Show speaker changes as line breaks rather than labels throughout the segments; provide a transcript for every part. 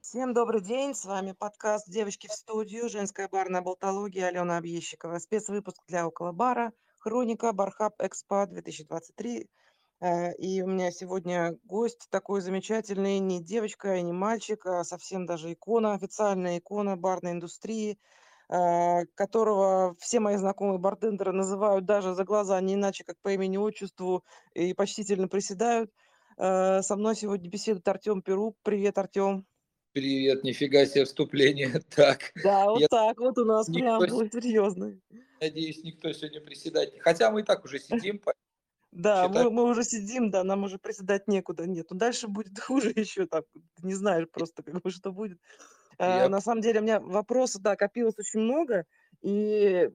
Всем добрый день, с вами подкаст «Девочки в студию», женская барная болтология, Алена Объещикова, спецвыпуск для около-бара, хроника Бархаб Экспо 2023. И у меня сегодня гость такой замечательный, не девочка и не мальчик, а совсем даже икона, официальная икона барной индустрии, которого все мои знакомые бартендеры называют даже за глаза не иначе, как по имени-отчеству, и почтительно приседают. Со мной сегодня беседует Артем Перук. Привет, Артем.
Привет, нифига себе вступление. Так,
Да, вот
я
так вот у нас
никто,
преамбула серьезная.
надеюсь, никто сегодня приседать. Хотя мы и так уже сидим,
Да,
считай.
мы уже сидим, да, нам уже приседать некуда. Нет, ну дальше будет хуже еще так. Ты не знаешь просто, как бы, что будет.
Я
На самом деле у меня вопросов, да, копилось очень много. И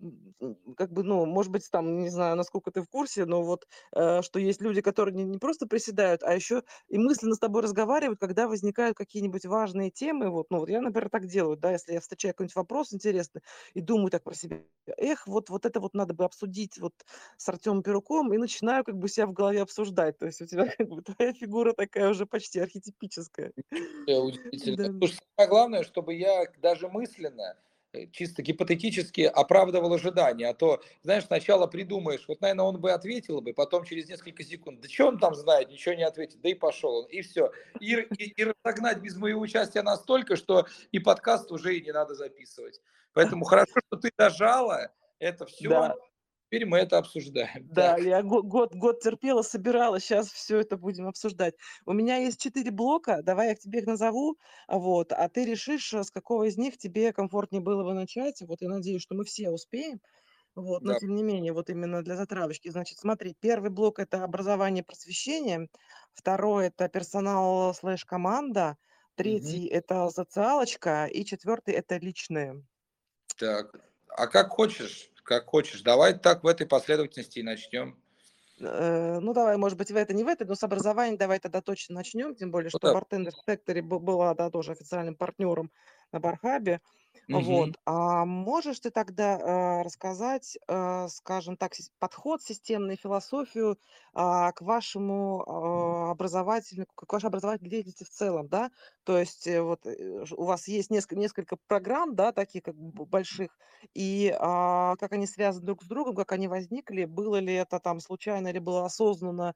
как бы, ну, может быть, там, не знаю, насколько ты в курсе, но вот, что есть люди, которые не просто приседают, а еще и мысленно с тобой разговаривают, когда возникают какие-нибудь важные темы. Вот, ну, вот я, например, так делаю, да, если я встречаю какой-нибудь вопрос интересный и думаю так про себя, эх, вот это вот надо бы обсудить вот с Артемом Перуком, и начинаю как бы себя в голове обсуждать. То есть у тебя как бы твоя фигура такая уже почти архетипическая.
удивительно.
Да.
Слушай, самое главное, чтобы я даже мысленно, чисто гипотетически оправдывал ожидания. А то, знаешь, сначала придумаешь, вот, наверное, он бы ответил бы, потом через несколько секунд, да что он там знает, ничего не ответит, да и пошел он, и все. И разогнать без моего участия настолько, что и подкаст уже и не надо записывать. Поэтому хорошо, что ты дожала это все.
Да.
Теперь мы это обсуждаем.
Да,
Так,
я год терпела, собирала, сейчас все это будем обсуждать. У меня есть 4 блока, давай я тебе их назову, вот, а ты решишь, с какого из них тебе комфортнее было бы начать. Вот я надеюсь, что мы все успеем, вот, но
да.
тем не менее, вот именно для затравочки. Значит, смотри, первый блок — это образование, просвещение, второй — это персонал слэш команда,
Мгм.
третий — это социалочка и четвертый — это личное.
Так. А как хочешь, как хочешь. Давай так в этой последовательности и начнем.
Ну, давай, может быть, в это, не в это, но с образования давай тогда точно начнем. Тем более,
Ну
что
да.
Bartender Factory была, да, тоже официальным партнером на Бархабе.
Мгм.
Вот. А можешь ты тогда рассказать, скажем так, подход системный, философию к вашему к вашей образовательной деятельности в целом, да? То есть вот у вас есть несколько программ, да, таких как бы больших, и, как они связаны друг с другом, как они возникли, было ли это там случайно или было осознанно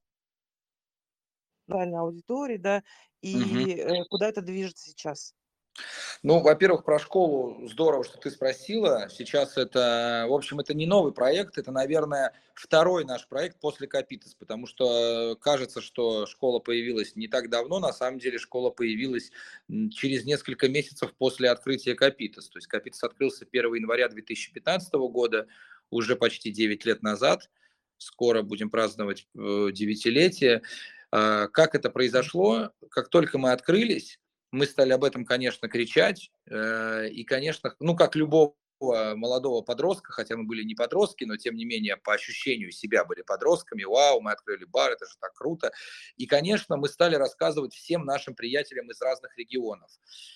реальной аудитории, да,
Мгм.
и, куда это движется сейчас?
Ну, во-первых, про школу здорово, что ты спросила. Сейчас это, в общем, это не новый проект, это, наверное, второй наш проект после Капитас, потому что кажется, что школа появилась не так давно, на самом деле школа появилась через несколько месяцев после открытия Капитас. То есть Капитас открылся 1 января 2015 года, уже почти 9 лет назад. Скоро будем праздновать девятилетие. Как это произошло? Как только мы открылись, мы стали об этом, конечно, кричать. И, конечно, ну, как любого молодого подростка, хотя мы были не подростки, но тем не менее по ощущению себя были подростками. Вау, мы открыли бар, это же так круто. И, конечно, мы стали рассказывать всем нашим приятелям из разных регионов.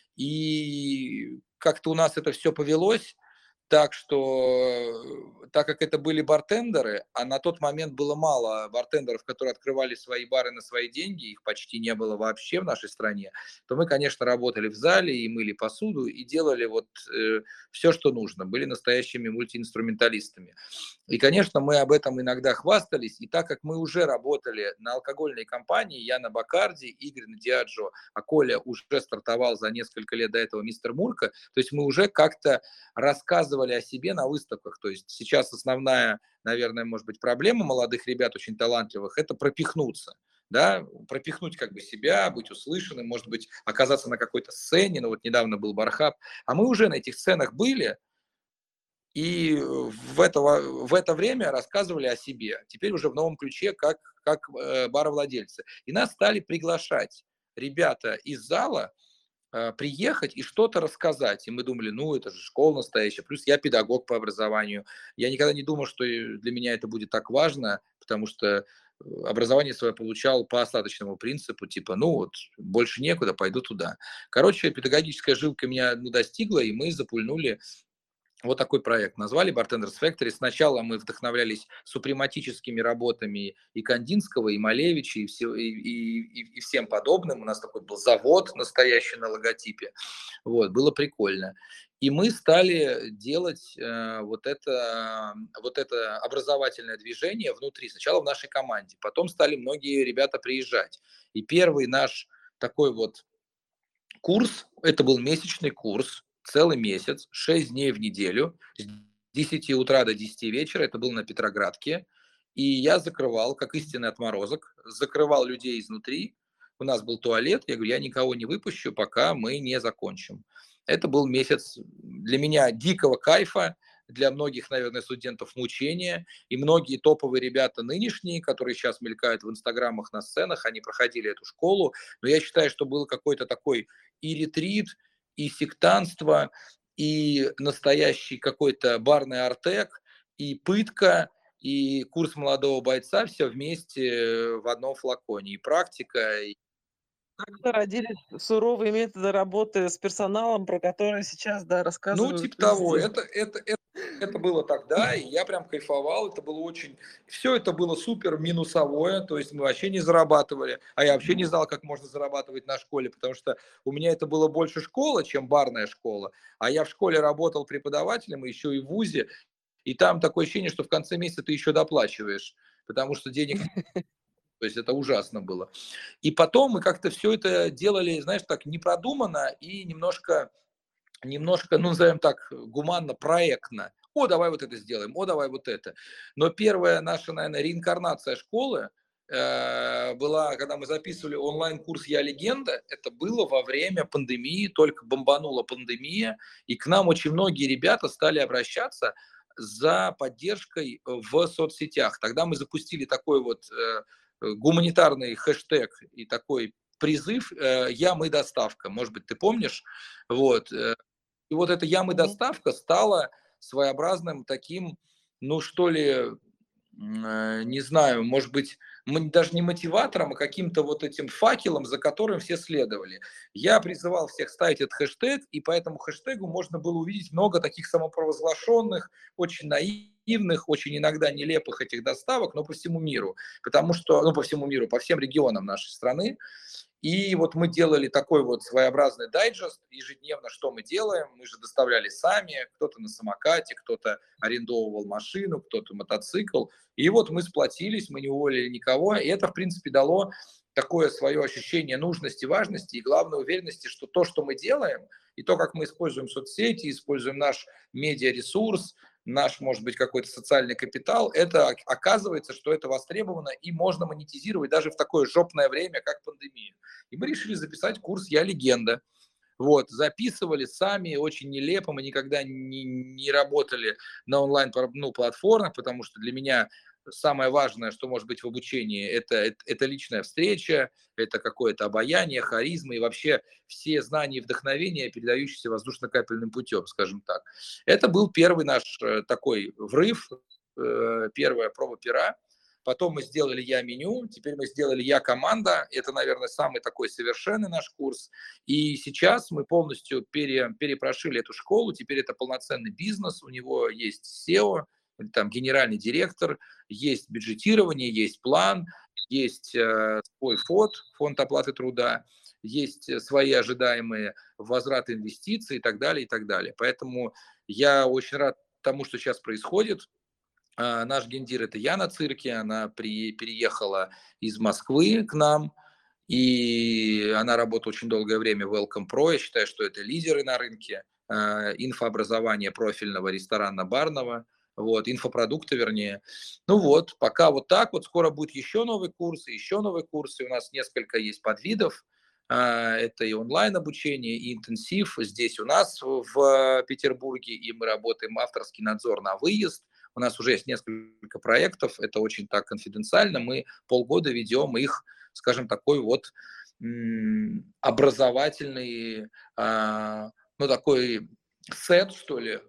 И как-то у нас это все повелось. Так что, так как это были бартендеры, а на тот момент было мало бартендеров, которые открывали свои бары на свои деньги, их почти не было вообще в нашей стране, то мы, конечно, работали в зале и мыли посуду, и делали вот все, что нужно, были настоящими мультиинструменталистами. И, конечно, мы об этом иногда хвастались, и так как мы уже работали на алкогольной компании, я на Бакарди, Игорь на Диаджо, а Коля уже стартовал за несколько лет до этого мистер Мурка, то есть мы уже как-то рассказывали о себе на выставках. То есть сейчас основная, наверное, может быть, проблема молодых ребят, очень талантливых, это пропихнуться. Да, пропихнуть как бы себя, быть услышанным, может быть, оказаться на какой-то сцене, ну вот недавно был Бархаб, а мы уже на этих сценах были, и в это время рассказывали о себе. Теперь уже в новом ключе, как баровладельцы. И нас стали приглашать ребята из зала, приехать и что-то рассказать. И мы думали, ну, это же школа настоящая. Плюс я педагог по образованию. Я никогда не думал, что для меня это будет так важно, потому что образование свое получал по остаточному принципу, типа, ну вот, больше некуда, пойду туда. Короче, педагогическая жилка меня достигла, и мы запульнули Вот такой проект назвали Bartenders Factory. Сначала мы вдохновлялись супрематическими работами и Кандинского, и Малевича, и всем подобным. У нас такой был завод настоящий на логотипе. Вот, было прикольно. И мы стали делать вот это образовательное движение внутри. Сначала в нашей команде, потом стали многие ребята приезжать. И первый наш такой вот курс, это был месячный курс, целый месяц, 6 дней в неделю, с 10 утра до 10 вечера, это был на Петроградке. И я закрывал, как истинный отморозок, закрывал людей изнутри. У нас был туалет, я говорю, я никого не выпущу, пока мы не закончим. Это был месяц для меня дикого кайфа, для многих, наверное, студентов мучения. И многие топовые ребята нынешние, которые сейчас мелькают в инстаграмах на сценах, они проходили эту школу. Но я считаю, что был какой-то такой и ретрит, и сектантство, и настоящий какой-то барный артек, и пытка, и курс молодого бойца, все вместе в одном флаконе. И практика, и
Как-то родились суровые методы работы с персоналом, про которые сейчас, да,
ну,
рассказывают
типа того,
везде.
это было тогда, и я прям кайфовал, это было очень... Все это было супер минусовое, то есть мы вообще не зарабатывали, а я вообще не знал, как можно зарабатывать на школе, потому что у меня это было больше школа, чем барная школа, а я в школе работал преподавателем, еще и в ВУЗе, и там такое ощущение, что в конце месяца ты еще доплачиваешь, потому что денег нет, то есть это ужасно было. И потом мы как-то все это делали, знаешь, так непродуманно и немножко, ну, назовем так, гуманно, проектно. О, давай вот это сделаем, о, давай вот это. Но первая наша, наверное, реинкарнация школы была, когда мы записывали онлайн-курс «Я легенда». Это было во время пандемии, только бомбанула пандемия, и к нам очень многие ребята стали обращаться за поддержкой в соцсетях. Тогда мы запустили такой вот гуманитарный хэштег и такой призыв «Я, мы, доставка». Может быть, ты помнишь? Вот. И вот эта "Ямы
Мгм.
доставка" стала своеобразным таким, ну, что ли, не знаю, может быть, даже не мотиватором, а каким-то вот этим факелом, за которым все следовали. Я призывал всех ставить этот хэштег, и по этому хэштегу можно было увидеть много таких самопровозглашенных, очень наивных, очень иногда нелепых этих доставок, но по всему миру. Потому что, ну, по всему миру, по всем регионам нашей страны. И вот мы делали такой вот своеобразный дайджест ежедневно, что мы делаем. Мы же доставляли сами, кто-то на самокате, кто-то арендовывал машину, кто-то мотоцикл. И вот мы сплотились, мы не уволили никого. И это, в принципе, дало такое свое ощущение нужности, важности и, главной уверенности, что то, что мы делаем, и то, как мы используем соцсети, используем наш медиаресурс, наш, может быть, какой-то социальный капитал, это оказывается, что это востребовано и можно монетизировать даже в такое жопное время, как пандемия. И мы решили записать курс «Я легенда». Вот, записывали сами, очень нелепо, мы никогда не работали на онлайн-платформах, потому что для меня самое важное, что может быть в обучении, это личная встреча, это какое-то обаяние, харизма и вообще все знания и вдохновения, передающиеся воздушно-капельным путем, скажем так. Это был первый наш такой врыв, первая проба пера. Потом мы сделали «Я-меню», теперь мы сделали «Я-команда». Это, наверное, самый такой совершенный наш курс. И сейчас мы полностью перепрошили эту школу. Теперь это полноценный бизнес. У него есть SEO, там генеральный директор, есть бюджетирование, есть план, есть свой фонд оплаты труда, есть свои ожидаемые возвраты инвестиций и так далее, и так далее. Поэтому я очень рад тому, что сейчас происходит. Наш гендир – это Яна Цирки, она переехала из Москвы к нам, и она работала очень долгое время в Welcome Pro. Я считаю, что это лидеры на рынке инфообразования профильного, ресторанно-барного, вот, инфопродукта, вернее. Ну вот, пока вот так вот, скоро будет еще новый курс, и еще новый курс, и у нас несколько есть подвидов. Это и онлайн-обучение, и интенсив здесь у нас в Петербурге, и мы работаем авторский надзор на выезд. У нас уже есть несколько проектов, это очень так конфиденциально. Мы полгода ведем их, скажем, такой вот образовательный, ну, такой сет, что ли,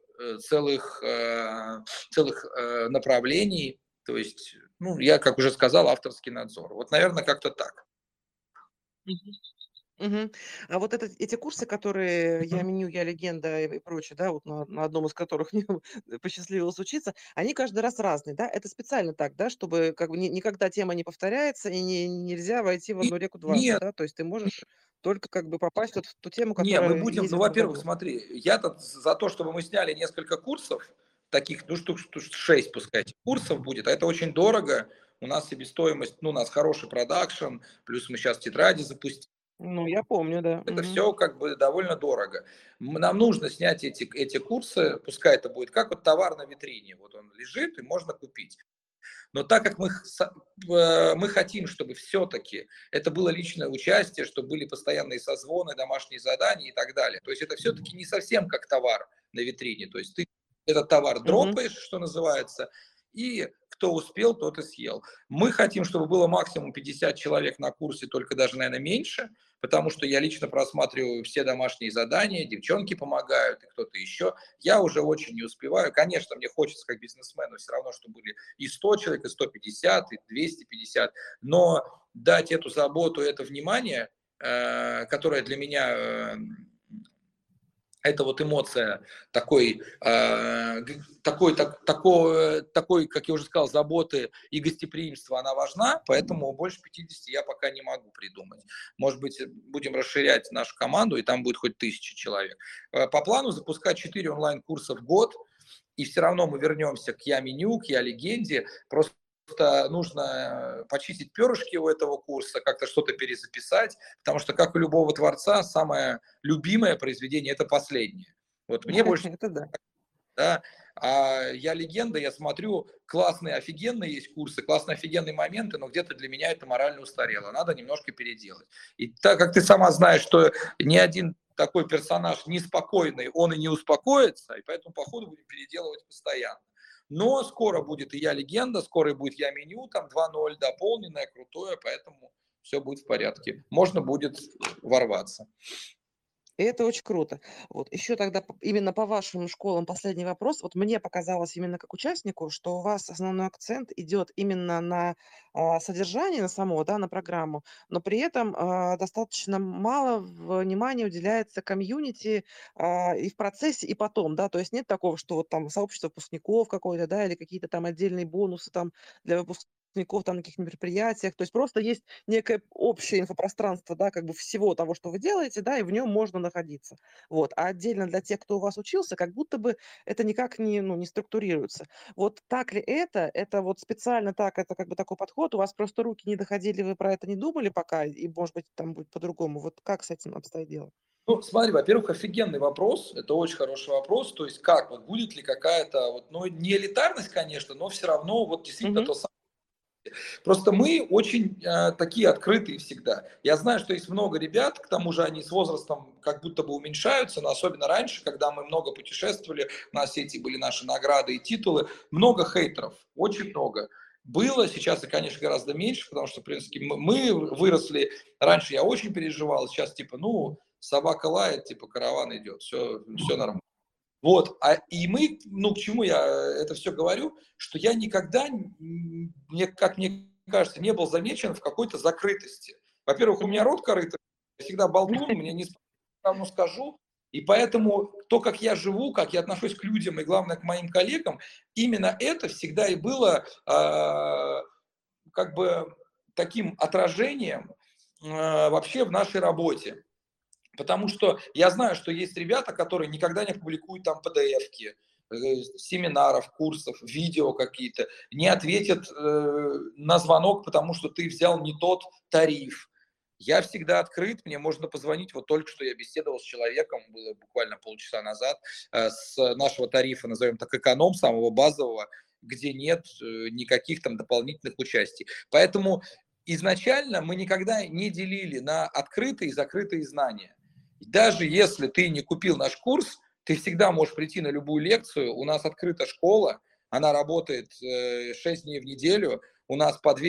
целых направлений. То есть, ну, я, как уже сказал, авторский надзор. Вот, наверное, как-то так.
Мгм. А вот эти курсы, которые "Я меню, я легенда" и прочее, да, вот на одном из которых мне посчастливилось учиться, они каждый раз разные, да? Это специально так, да, чтобы как бы никогда тема не повторяется и нельзя войти в
И
одну реку дважды,
нет,
да? То есть ты можешь только как бы попасть вот в ту тему,
не, мы
которая
будем,
есть
ну,
в этом
во-первых,
году.
смотри, я-то за то, чтобы мы сняли несколько курсов, таких, ну, штук 6, пускай, курсов будет, а это очень дорого, у нас себестоимость, ну, у нас хороший продакшн, плюс мы сейчас тетради запустили.
Ну, я помню, да.
Это
Мгм.
все как бы довольно дорого. Нам нужно снять эти курсы, пускай это будет как вот товар на витрине, вот он лежит и можно купить. Но так как мы хотим, чтобы все-таки это было личное участие, чтобы были постоянные созвоны, домашние задания и так далее. То есть это все-таки не совсем как товар на витрине. То есть ты этот товар
Мгм.
дропаешь, что называется, и кто успел, тот и съел. Мы хотим, чтобы было максимум 50 человек на курсе, только даже, наверное, меньше, потому что я лично просматриваю все домашние задания, девчонки помогают и кто-то еще. Я уже очень не успеваю. Конечно, мне хочется как бизнесмену все равно, чтобы были и 100 человек, и 150, и 250, но дать эту заботу, это внимание, которое для меня это вот эмоция такой, как я уже сказал, заботы и гостеприимства, она важна, поэтому больше 50 я пока не могу придумать. Может быть, будем расширять нашу команду, и там будет хоть 1000 человек. По плану запускать 4 онлайн-курса в год, и все равно мы вернемся к Я меню, к Я легенде, просто нужно почистить перышки у этого курса, как-то что-то перезаписать, потому что, как у любого творца, самое любимое произведение – это последнее. Вот мне больше,
Это да.
да, а я легенда, я смотрю, классные, офигенные есть курсы, классные, офигенные моменты, но где-то для меня это морально устарело, надо немножко переделать. И так как ты сама знаешь, что ни один такой персонаж неспокойный, он и не успокоится, и поэтому, походу, будем переделывать постоянно. Но скоро будет и Я легенда, скоро будет Я меню, там 2.0 дополненное, крутое, поэтому все будет в порядке. Можно будет ворваться.
И это очень круто. Вот еще тогда именно по вашим школам последний вопрос. Вот мне показалось именно как участнику, что у вас основной акцент идет именно на содержание, на само, да, на программу, но при этом достаточно мало внимания уделяется комьюнити и в процессе, и потом, да, то есть нет такого, что вот там сообщество выпускников какое-то, да, или какие-то там отдельные бонусы там для выпускников там на каких-то мероприятиях, то есть просто есть некое общее инфопространство, да, как бы всего того, что вы делаете, да, и в нем можно находиться. Вот. А отдельно для тех, кто у вас учился, как будто бы это никак не, ну, не структурируется. Вот так ли это? Это вот специально так, это как бы такой подход, у вас просто руки не доходили, вы про это не думали пока, и, может быть, там будет по-другому. Вот как с этим обстоит дело?
Ну, смотри, во-первых, офигенный вопрос, это очень хороший вопрос, то есть как, вот будет ли какая-то, вот, ну, не элитарность, конечно, но все равно вот действительно
Мгм.
то самое. Просто мы очень такие открытые всегда. Я знаю, что есть много ребят, к тому же они с возрастом как будто бы уменьшаются, но особенно раньше, когда мы много путешествовали, у нас все эти были наши награды и титулы, много хейтеров, очень много. Было, сейчас, и, конечно, гораздо меньше, потому что, в принципе, мы выросли, раньше я очень переживал, сейчас типа, ну, собака лает, типа, караван идет, все нормально. Вот, и мы, ну, к чему я это все говорю, что я никогда, как мне кажется, не был замечен в какой-то закрытости. Во-первых, у меня
Мгм.
рот корыто, я всегда болтун, мне не равно скажу, и поэтому то, как я живу, как я отношусь к людям и, главное, к моим коллегам, именно это всегда и было как бы таким отражением вообще в нашей работе. Потому что я знаю, что есть ребята, которые никогда не публикуют там PDF-ки, семинаров, курсов, видео какие-то, не ответят на звонок, потому что ты взял не тот тариф. Я всегда открыт, мне можно позвонить. Вот только что я беседовал с человеком, было буквально полчаса назад, с нашего тарифа, назовем так, эконом, самого базового, где нет никаких там дополнительных участий. Поэтому изначально мы никогда не делили на открытые и закрытые знания. Даже если ты не купил наш курс, ты всегда можешь прийти на любую лекцию. У нас открыта школа, Она работает 6 дней в неделю. У нас по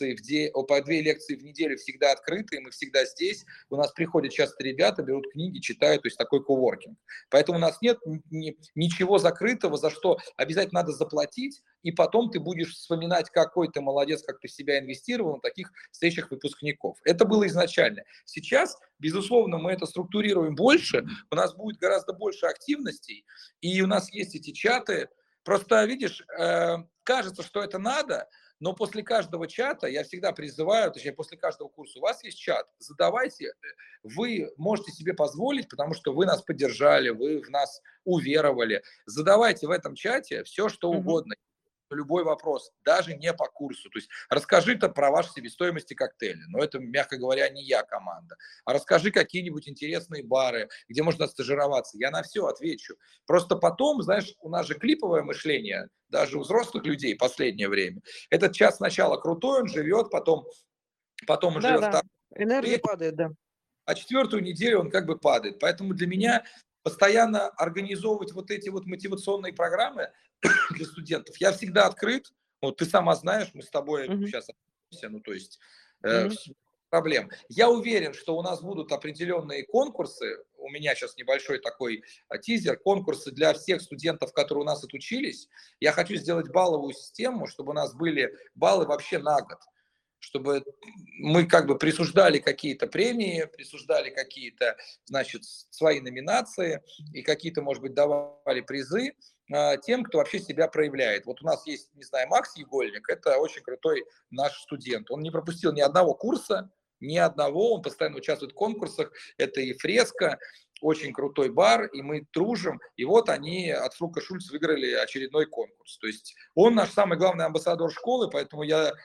2 лекции в неделю всегда открыты, и мы всегда здесь. У нас приходят часто ребята, берут книги, читают, то есть такой коворкинг. Поэтому у нас нет ничего закрытого, за что обязательно надо заплатить, и потом ты будешь вспоминать, какой ты молодец, как ты в себя инвестировал на таких встречах выпускников. Это было изначально. Сейчас, безусловно, мы это структурируем больше, у нас будет гораздо больше активностей, и у нас есть эти чаты. Просто, видишь, кажется, что это надо, но после каждого чата я всегда призываю, точнее, после каждого курса у вас есть чат, задавайте, вы можете себе позволить, потому что вы нас поддержали, вы в нас уверовали. Задавайте в этом чате все, что
Мгм.
угодно, любой вопрос, даже не по курсу. То есть расскажи-то про ваши себестоимости коктейля, но это, мягко говоря, не я команда. А расскажи какие-нибудь интересные бары, где можно стажироваться. Я на все отвечу. Просто потом, знаешь, у нас же клиповое мышление, даже у взрослых людей в последнее время. Этот час сначала крутой, он живет, потом он живет
Да-да,
второй,
энергия
третий,
падает, да.
а четвертую неделю он как бы падает. Поэтому для меня постоянно организовывать вот эти вот мотивационные программы для студентов. Я всегда открыт. Вот ты сама знаешь, мы с тобой
Мгм.
сейчас общаемся, ну то есть
Мгм.
проблем. Я уверен, что у нас будут определенные конкурсы. У меня сейчас небольшой такой тизер, конкурсы для всех студентов, которые у нас отучились. Я хочу сделать балловую систему, чтобы у нас были баллы вообще на год, чтобы мы как бы присуждали какие-то премии, присуждали какие-то, значит, свои номинации и какие-то, может быть, давали призы тем, кто вообще себя проявляет. Вот у нас есть, не знаю, Макс Егольник, это очень крутой наш студент. Он не пропустил ни одного курса, ни одного, он постоянно участвует в конкурсах, это и фреска, очень крутой бар, и мы дружим, и вот они от Фрука Шульц выиграли очередной конкурс. То есть он наш самый главный амбассадор школы, поэтому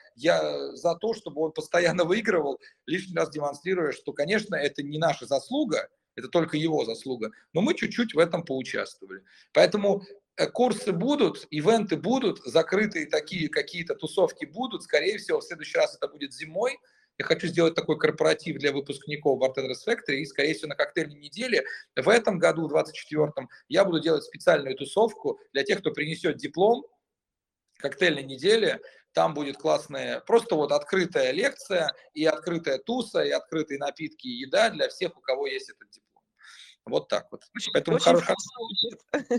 я за то, чтобы он постоянно выигрывал, лишний раз демонстрируя, что, конечно, это не наша заслуга, это только его заслуга, но мы чуть-чуть в этом поучаствовали. Поэтому курсы будут, ивенты будут, закрытые такие какие-то тусовки будут, скорее всего, в следующий раз это будет зимой. Я хочу сделать такой корпоратив для выпускников Bartenders Factory, и, скорее всего, на коктейльной неделе в этом году, в 24-м, я буду делать специальную тусовку для тех, кто принесет диплом коктейльной недели. Там будет классная, просто вот открытая лекция, и открытая туса, и открытые напитки, и еда для всех, у кого есть этот диплом. Вот так вот.
Очень
Поэтому
очень
хорошо.
вкусно звучит.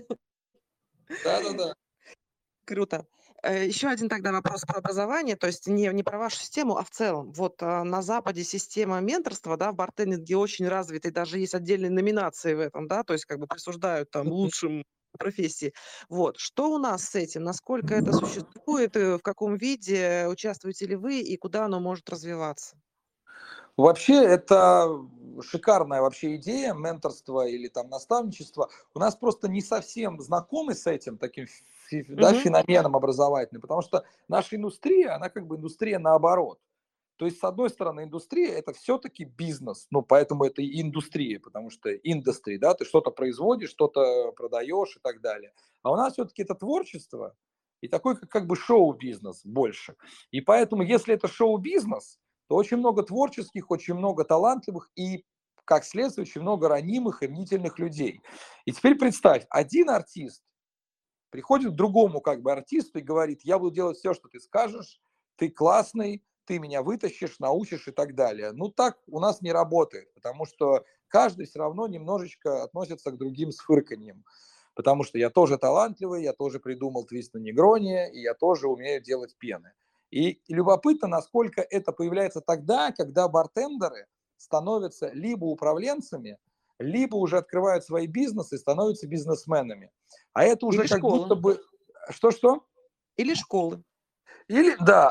Да-да-да.
Круто. Еще один тогда вопрос про образование, то есть не про вашу систему, а в целом. Вот, на Западе система менторства, да, в бартендинге очень развита, и даже есть отдельные номинации в этом, да, то есть как бы присуждают там лучшим профессии. Вот. Что у нас с этим? Насколько это существует, в каком виде, участвуете ли вы и куда оно может развиваться?
Вообще, это шикарная вообще идея менторства или там наставничества. У нас просто не совсем знакомы с этим таким да,
Мгм.
феноменом образовательным, потому что наша индустрия, она как бы индустрия наоборот. То есть, с одной стороны, индустрия – это все-таки бизнес, ну, поэтому это и индустрия, потому что индустрия, да, ты что-то производишь, что-то продаешь и так далее. А у нас все-таки это творчество и такой как бы шоу-бизнес больше. И поэтому, если это шоу-бизнес, то очень много творческих, очень много талантливых и, как следствие, очень много ранимых и мнительных людей. И теперь представь, один артист приходит к другому как бы артисту и говорит: я буду делать все, что ты скажешь, ты классный, ты меня вытащишь, научишь и так далее. Ну так у нас не работает, потому что каждый все равно немножечко относится к другим с фырканьем. Потому что я тоже талантливый, я тоже придумал твист на негроне, и я тоже умею делать пены. И любопытно, насколько это появляется тогда, когда бартендеры становятся либо управленцами, либо уже открывают свои бизнесы и становятся бизнесменами. А это уже
Или
как будто
школы.
бы... Что-что?
Или школы.
Или, да,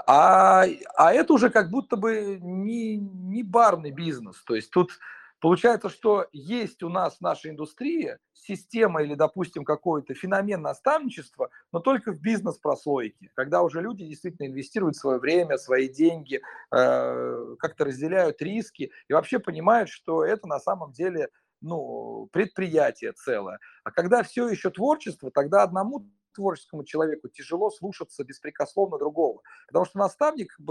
это уже как будто бы не барный бизнес. То есть тут получается, что есть у нас в нашей индустрии система или, допустим, какой-то феномен наставничества, но только в бизнес-прослойке, когда уже люди действительно инвестируют свое время, свои деньги, как-то разделяют риски и вообще понимают, что это на самом деле ну, предприятие целое. А когда все еще творчество, тогда одному творческому человеку тяжело слушаться беспрекословно другого. Потому что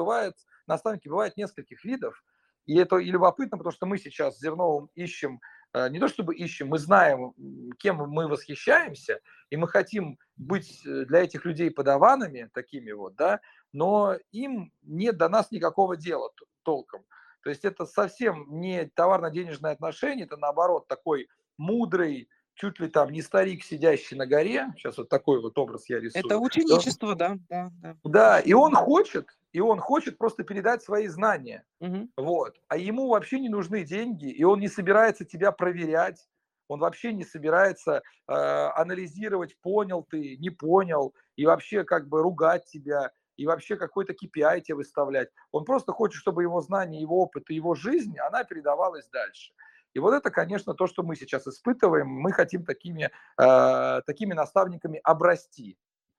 наставники бывают нескольких видов, и это и любопытно, потому что мы сейчас с Зерновым ищем не то чтобы ищем, мы знаем, кем мы восхищаемся, и мы хотим быть для этих людей подаванами такими вот, да, но им нет до нас никакого дела толком. То есть это совсем не товарно-денежное отношение, это наоборот такой мудрый, чуть ли там не старик, сидящий на горе, сейчас вот такой вот образ я
Это
рисую.
ученичество, да, да, да.
Да,
Совершенно.
и он хочет просто передать свои знания.
Мгм.
Вот. А ему вообще не нужны деньги, и он не собирается тебя проверять, он вообще не собирается анализировать, понял ты, не понял, и вообще как бы ругать тебя, и вообще какой-то KPI тебе выставлять. Он просто хочет, чтобы его знания, его опыт и его жизнь, она передавалась дальше. И вот это, конечно, то, что мы сейчас испытываем. Мы хотим такими наставниками обрасти.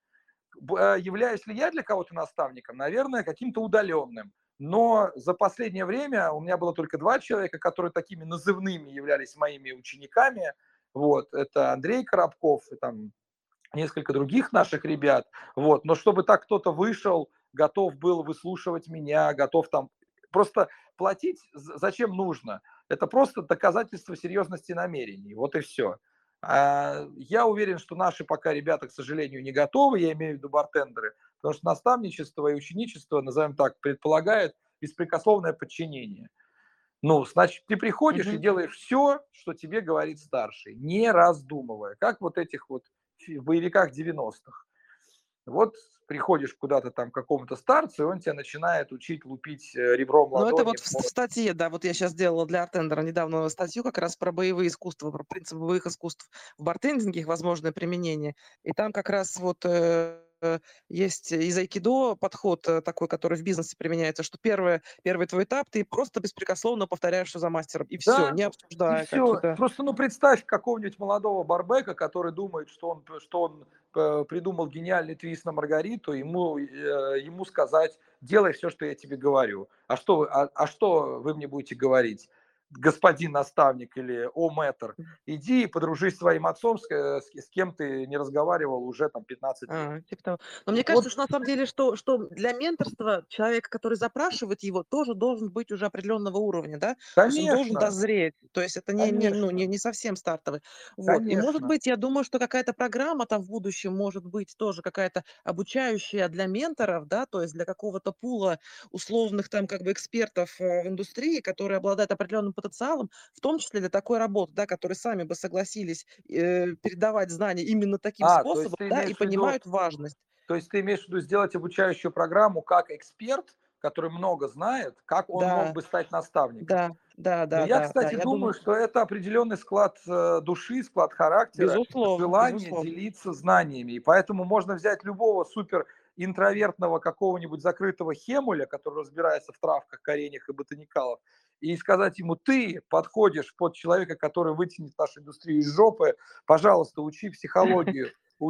Являюсь ли я для кого-то наставником? Наверное, каким-то удаленным. Но за последнее время у меня было только два человека, которые такими назывными являлись моими учениками. Вот, это Андрей Коробков и там несколько других наших ребят. Вот, но чтобы так кто-то вышел, готов был выслушивать меня, готов там просто платить, зачем нужно? Это просто доказательство серьезности намерений. Вот и все. Я уверен, что наши пока ребята, к сожалению, не готовы, я имею в виду бартендеры, потому что наставничество и ученичество, назовем так, предполагает беспрекословное подчинение. Ну, значит, ты приходишь и
Мгм.
делаешь все, что тебе говорит старший, не раздумывая, как вот этих вот в боевиках 90-х. Вот приходишь куда-то там к какому-то старцу, и он тебя начинает учить лупить ребром
Ну, это
ладони
вот
в
в статье, да, вот я сейчас делала для Артендера недавно статью как раз про боевые искусства, про принцип боевых искусств в бартендинге, их возможное применение. И там как раз вот есть из айкидо подход такой, который в бизнесе применяется, что первый твой этап, ты просто беспрекословно повторяешь все за мастером, и все,
Да,
не
и
обсуждая
все.
какие-то...
Просто, ну, представь какого-нибудь молодого барбека, который думает, что он придумал гениальный твист на Маргариту, ему сказать: "Делай все, что я тебе говорю". А что вы мне будете говорить? Господин наставник или о мэтр? Иди и подружись с своим отцом, с кем ты не разговаривал уже там 15 лет.
Типа того. Но мне кажется,
Вот,
что на самом деле, что для менторства человека, который запрашивает его, тоже должен быть уже определенного уровня, да. То есть он должен
конечно,
дозреть. То есть это
конечно,
не совсем стартовый. Вот. И может
конечно.
быть, я думаю, что какая-то программа там в будущем может быть тоже какая-то обучающая для менторов, да, то есть для какого-то пула условных там как бы экспертов в индустрии, которые обладают определенным потенциалом, в том числе для такой работы, да, которые сами бы согласились передавать знания именно таким
То есть
способом,
ты
да, и
имеешь в виду
понимают важность.
То есть ты имеешь в виду сделать обучающую программу как эксперт, который много знает, как он мог
Да,
бы стать наставником.
да, да,
Но
да,
я,
да, да.
кстати,
Я
думаю,
думаю,
что это определенный склад души, склад характера,
безусловно,
желание
безусловно.
делиться знаниями. И поэтому можно взять любого супер интровертного какого-нибудь закрытого хемуля, который разбирается в травках, кореньях и ботаникалах, и сказать ему: ты подходишь под человека, который вытянет нашу индустрию из жопы, пожалуйста, учи психологию,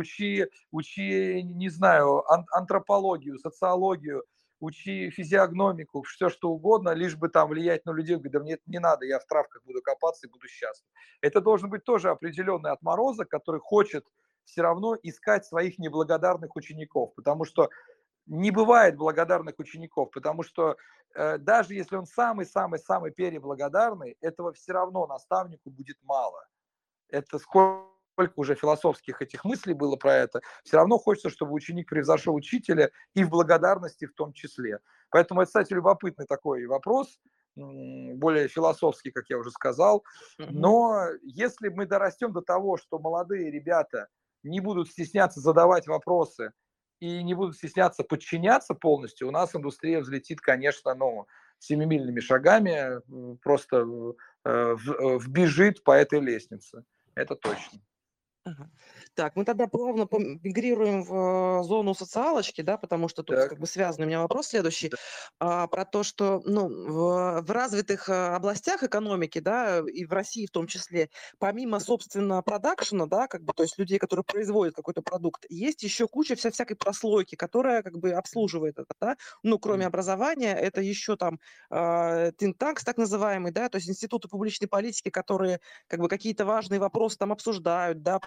учи, не знаю, антропологию, социологию, учи физиогномику, все что угодно, лишь бы там влиять на людей. Говорит: да мне это не надо, я в травках буду копаться и буду счастлив. Это должен быть тоже определенный отморозок, который хочет все равно искать своих неблагодарных учеников, потому что не бывает благодарных учеников, потому что даже если он самый-самый-самый переблагодарный, этого все равно наставнику будет мало. Это сколько уже философских этих мыслей было про это, все равно хочется, чтобы ученик превзошел учителя и в благодарности в том числе. Поэтому это, кстати, любопытный такой вопрос, более философский, как я уже сказал.
Мгм.
Но если мы дорастем до того, что молодые ребята не будут стесняться задавать вопросы и не будут стесняться подчиняться полностью, у нас индустрия взлетит, конечно, ну, семимильными шагами, просто вбежит по этой лестнице. Это точно.
Ага. Так, мы тогда плавно мигрируем в зону социалочки, да, потому что тут как
Так,
бы связанный у меня вопрос следующий,
да.
про то, что, ну, в развитых областях экономики, да, и в России в том числе, помимо, собственно, продакшена, да, как бы, то есть людей, которые производят какой-то продукт, есть еще куча всякой прослойки, которая как бы обслуживает это, да, ну, кроме образования, это еще там think tanks, так называемый, да, то есть институты публичной политики, которые как бы какие-то важные вопросы там обсуждают, да,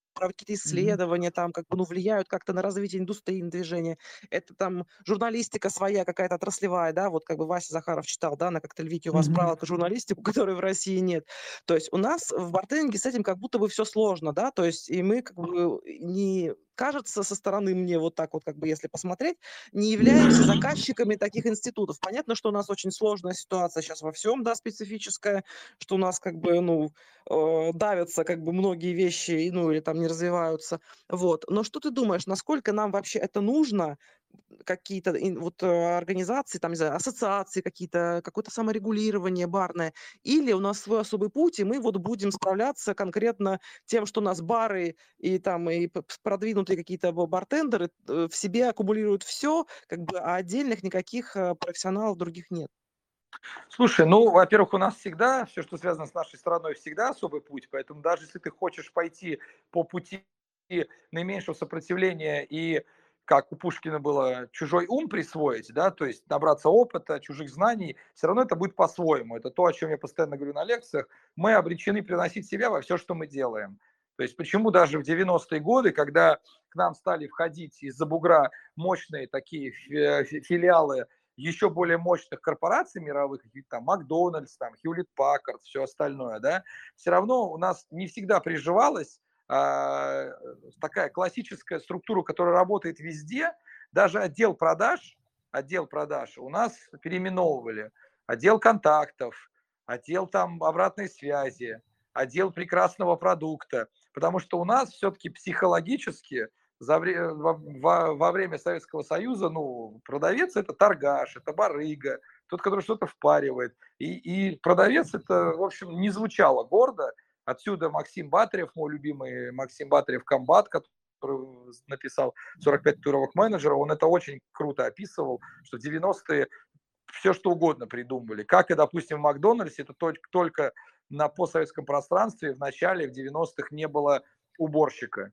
про какие-то
Мгм.
исследования там как бы, ну, влияют как-то на развитие индустрии, движения. Это там журналистика своя какая-то отраслевая, да, вот как бы Вася Захаров читал, да, на Коктебельвике у вас
Мгм.
про журналистику, которой в России нет. То есть у нас в бартендинге с этим как будто бы все сложно, да, то есть и мы как бы не кажется со стороны мне вот так вот как бы если посмотреть, не являемся заказчиками таких институтов. Понятно, что у нас очень сложная ситуация сейчас во всем, да, специфическая, что у нас как бы, ну, давятся как бы многие вещи, и, ну, или там не развиваются. Вот. Но что ты думаешь, насколько нам вообще это нужно? Какие-то вот организации, там, не знаю, ассоциации какие-то, какое-то саморегулирование барное, или у нас свой особый путь, и мы вот будем справляться конкретно тем, что у нас бары и там и продвинутые какие-то бартендеры в себе аккумулируют все, как бы, а отдельных никаких профессионалов других нет.
Слушай, ну, во-первых, у нас всегда все, что связано с нашей страной, всегда особый путь, поэтому даже если ты хочешь пойти по пути наименьшего сопротивления и, как у Пушкина было, чужой ум присвоить, да, то есть набраться опыта, чужих знаний, все равно это будет по-своему. Это то, о чем я постоянно говорю на лекциях. Мы обречены приносить себя во все, что мы делаем. То есть почему даже в 90-е годы, когда к нам стали входить из-за бугра мощные такие филиалы еще более мощных корпораций мировых, каких там Макдональдс, там Хьюлит Паккард, все остальное, да, все равно у нас не всегда приживалась а, такая классическая структура, которая работает везде, даже отдел продаж у нас переименовывали, отдел контактов, отдел там обратной связи, отдел прекрасного продукта, потому что у нас все-таки психологически во время Советского Союза, ну, продавец это торгаш, это барыга, тот, который что-то впаривает. И продавец это, в общем, не звучало гордо. Отсюда Максим Батарев, мой любимый Максим Батарев, комбат, который написал 45 татуировок менеджера, он это очень круто описывал, что в 90-е все что угодно придумывали. Как и, допустим, в Макдональдсе, это только на постсоветском пространстве в начале, в 90-х не было уборщика.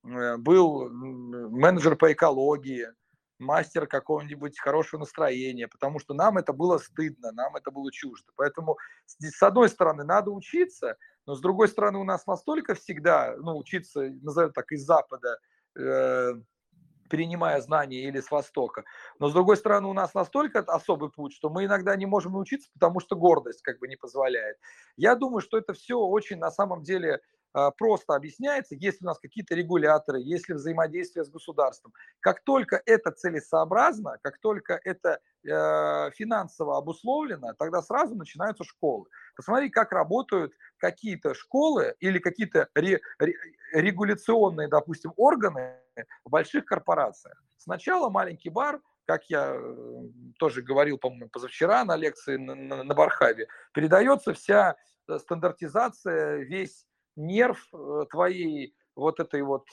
Был менеджер по экологии, мастер какого-нибудь хорошего настроения, потому что нам это было стыдно, нам это было чуждо. Поэтому с одной стороны надо учиться, но с другой стороны у нас настолько всегда, ну, учиться, назовем так, из Запада, э, перенимая знания или с Востока. Но, с другой стороны, у нас настолько особый путь, что мы иногда не можем научиться, потому что гордость как бы не позволяет. Я думаю, что это все очень на самом деле просто объясняется, если у нас какие-то регуляторы, если взаимодействие с государством. Как только это целесообразно, как только это финансово обусловлено, тогда сразу начинаются школы. Посмотри, как работают какие-то школы или какие-то регуляционные, допустим, органы в больших корпорациях. Сначала маленький бар, как я тоже говорил, по-моему, позавчера на лекции на Бархаве, передается вся стандартизация, весь нерв твоей вот этой вот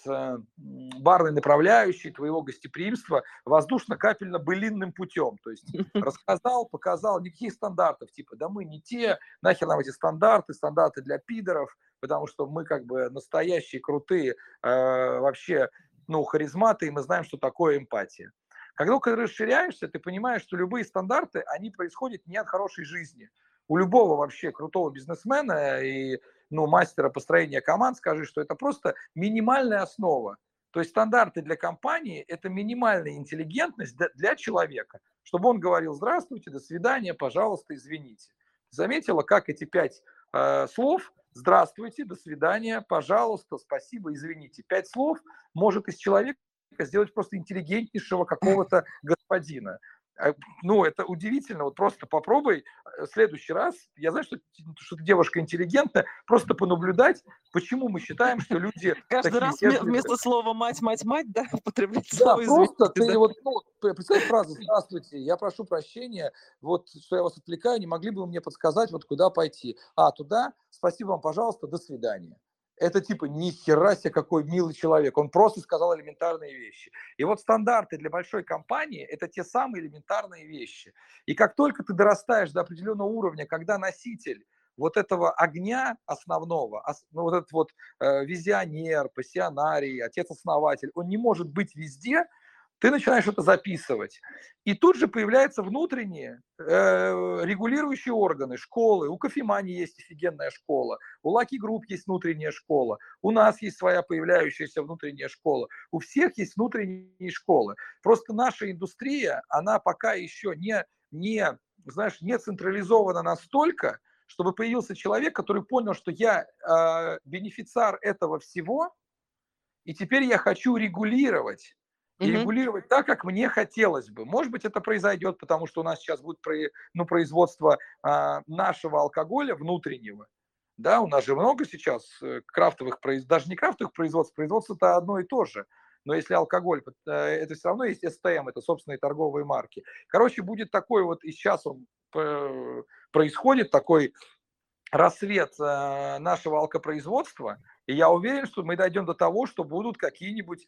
барной направляющей, твоего гостеприимства воздушно-капельно-былинным путем. То есть рассказал, показал, никаких стандартов, типа, да мы не те, нахер нам эти стандарты для пидоров, потому что мы как бы настоящие крутые вообще, ну, харизматы, и мы знаем, что такое эмпатия. Когда ты расширяешься, ты понимаешь, что любые стандарты, они происходят не от хорошей жизни. У любого вообще крутого бизнесмена и, ну, мастера построения команд скажи, что это просто минимальная основа. То есть стандарты для компании – это минимальная интеллигентность для человека, чтобы он говорил «здравствуйте», «до свидания», «пожалуйста», «извините». Заметила, как эти 5 слов «здравствуйте», «до свидания», «пожалуйста», «спасибо», «извините». 5 слов может из человека сделать просто интеллигентнейшего какого-то господина. Ну, это удивительно. Вот просто попробуй в следующий раз. Я знаю, что ты девушка интеллигентная. Просто понаблюдать, почему мы считаем, что люди
Каждый
такие
раз
вежливые.
вместо слова мать, да, употреблять
Да,
слово извините,
просто ты
да.
вот, ну, представь фразу «Здравствуйте, я прошу прощения, вот что я вас отвлекаю, не могли бы вы мне подсказать, вот куда пойти?» Туда, спасибо вам, пожалуйста, до свидания. Это типа ни хера себе какой милый человек, он просто сказал элементарные вещи. И вот стандарты для большой компании – это те самые элементарные вещи. И как только ты дорастаешь до определенного уровня, когда носитель вот этого огня основного, ну, вот этот вот визионер, пассионарий, отец-основатель, он не может быть везде, ты начинаешь это записывать. И тут же появляются внутренние регулирующие органы, школы. У кофемании есть офигенная школа, у Lucky Group есть внутренняя школа, у нас есть своя появляющаяся внутренняя школа, у всех есть внутренние школы. Просто наша индустрия, она пока еще не централизована настолько, чтобы появился человек, который понял, что я бенефициар этого всего, и теперь я хочу регулировать. И
Мгм.
регулировать так, как мне хотелось бы. Может быть, это произойдет, потому что у нас сейчас будет производство нашего алкоголя внутреннего. Да, у нас же много сейчас крафтовых производств, даже не крафтовых производств, производство-то одно и то же. Но если алкоголь, это все равно есть СТМ, это собственные торговые марки. Короче, будет такой вот, и сейчас он происходит, такой рассвет нашего алкопроизводства, и я уверен, что мы дойдем до того, что будут какие-нибудь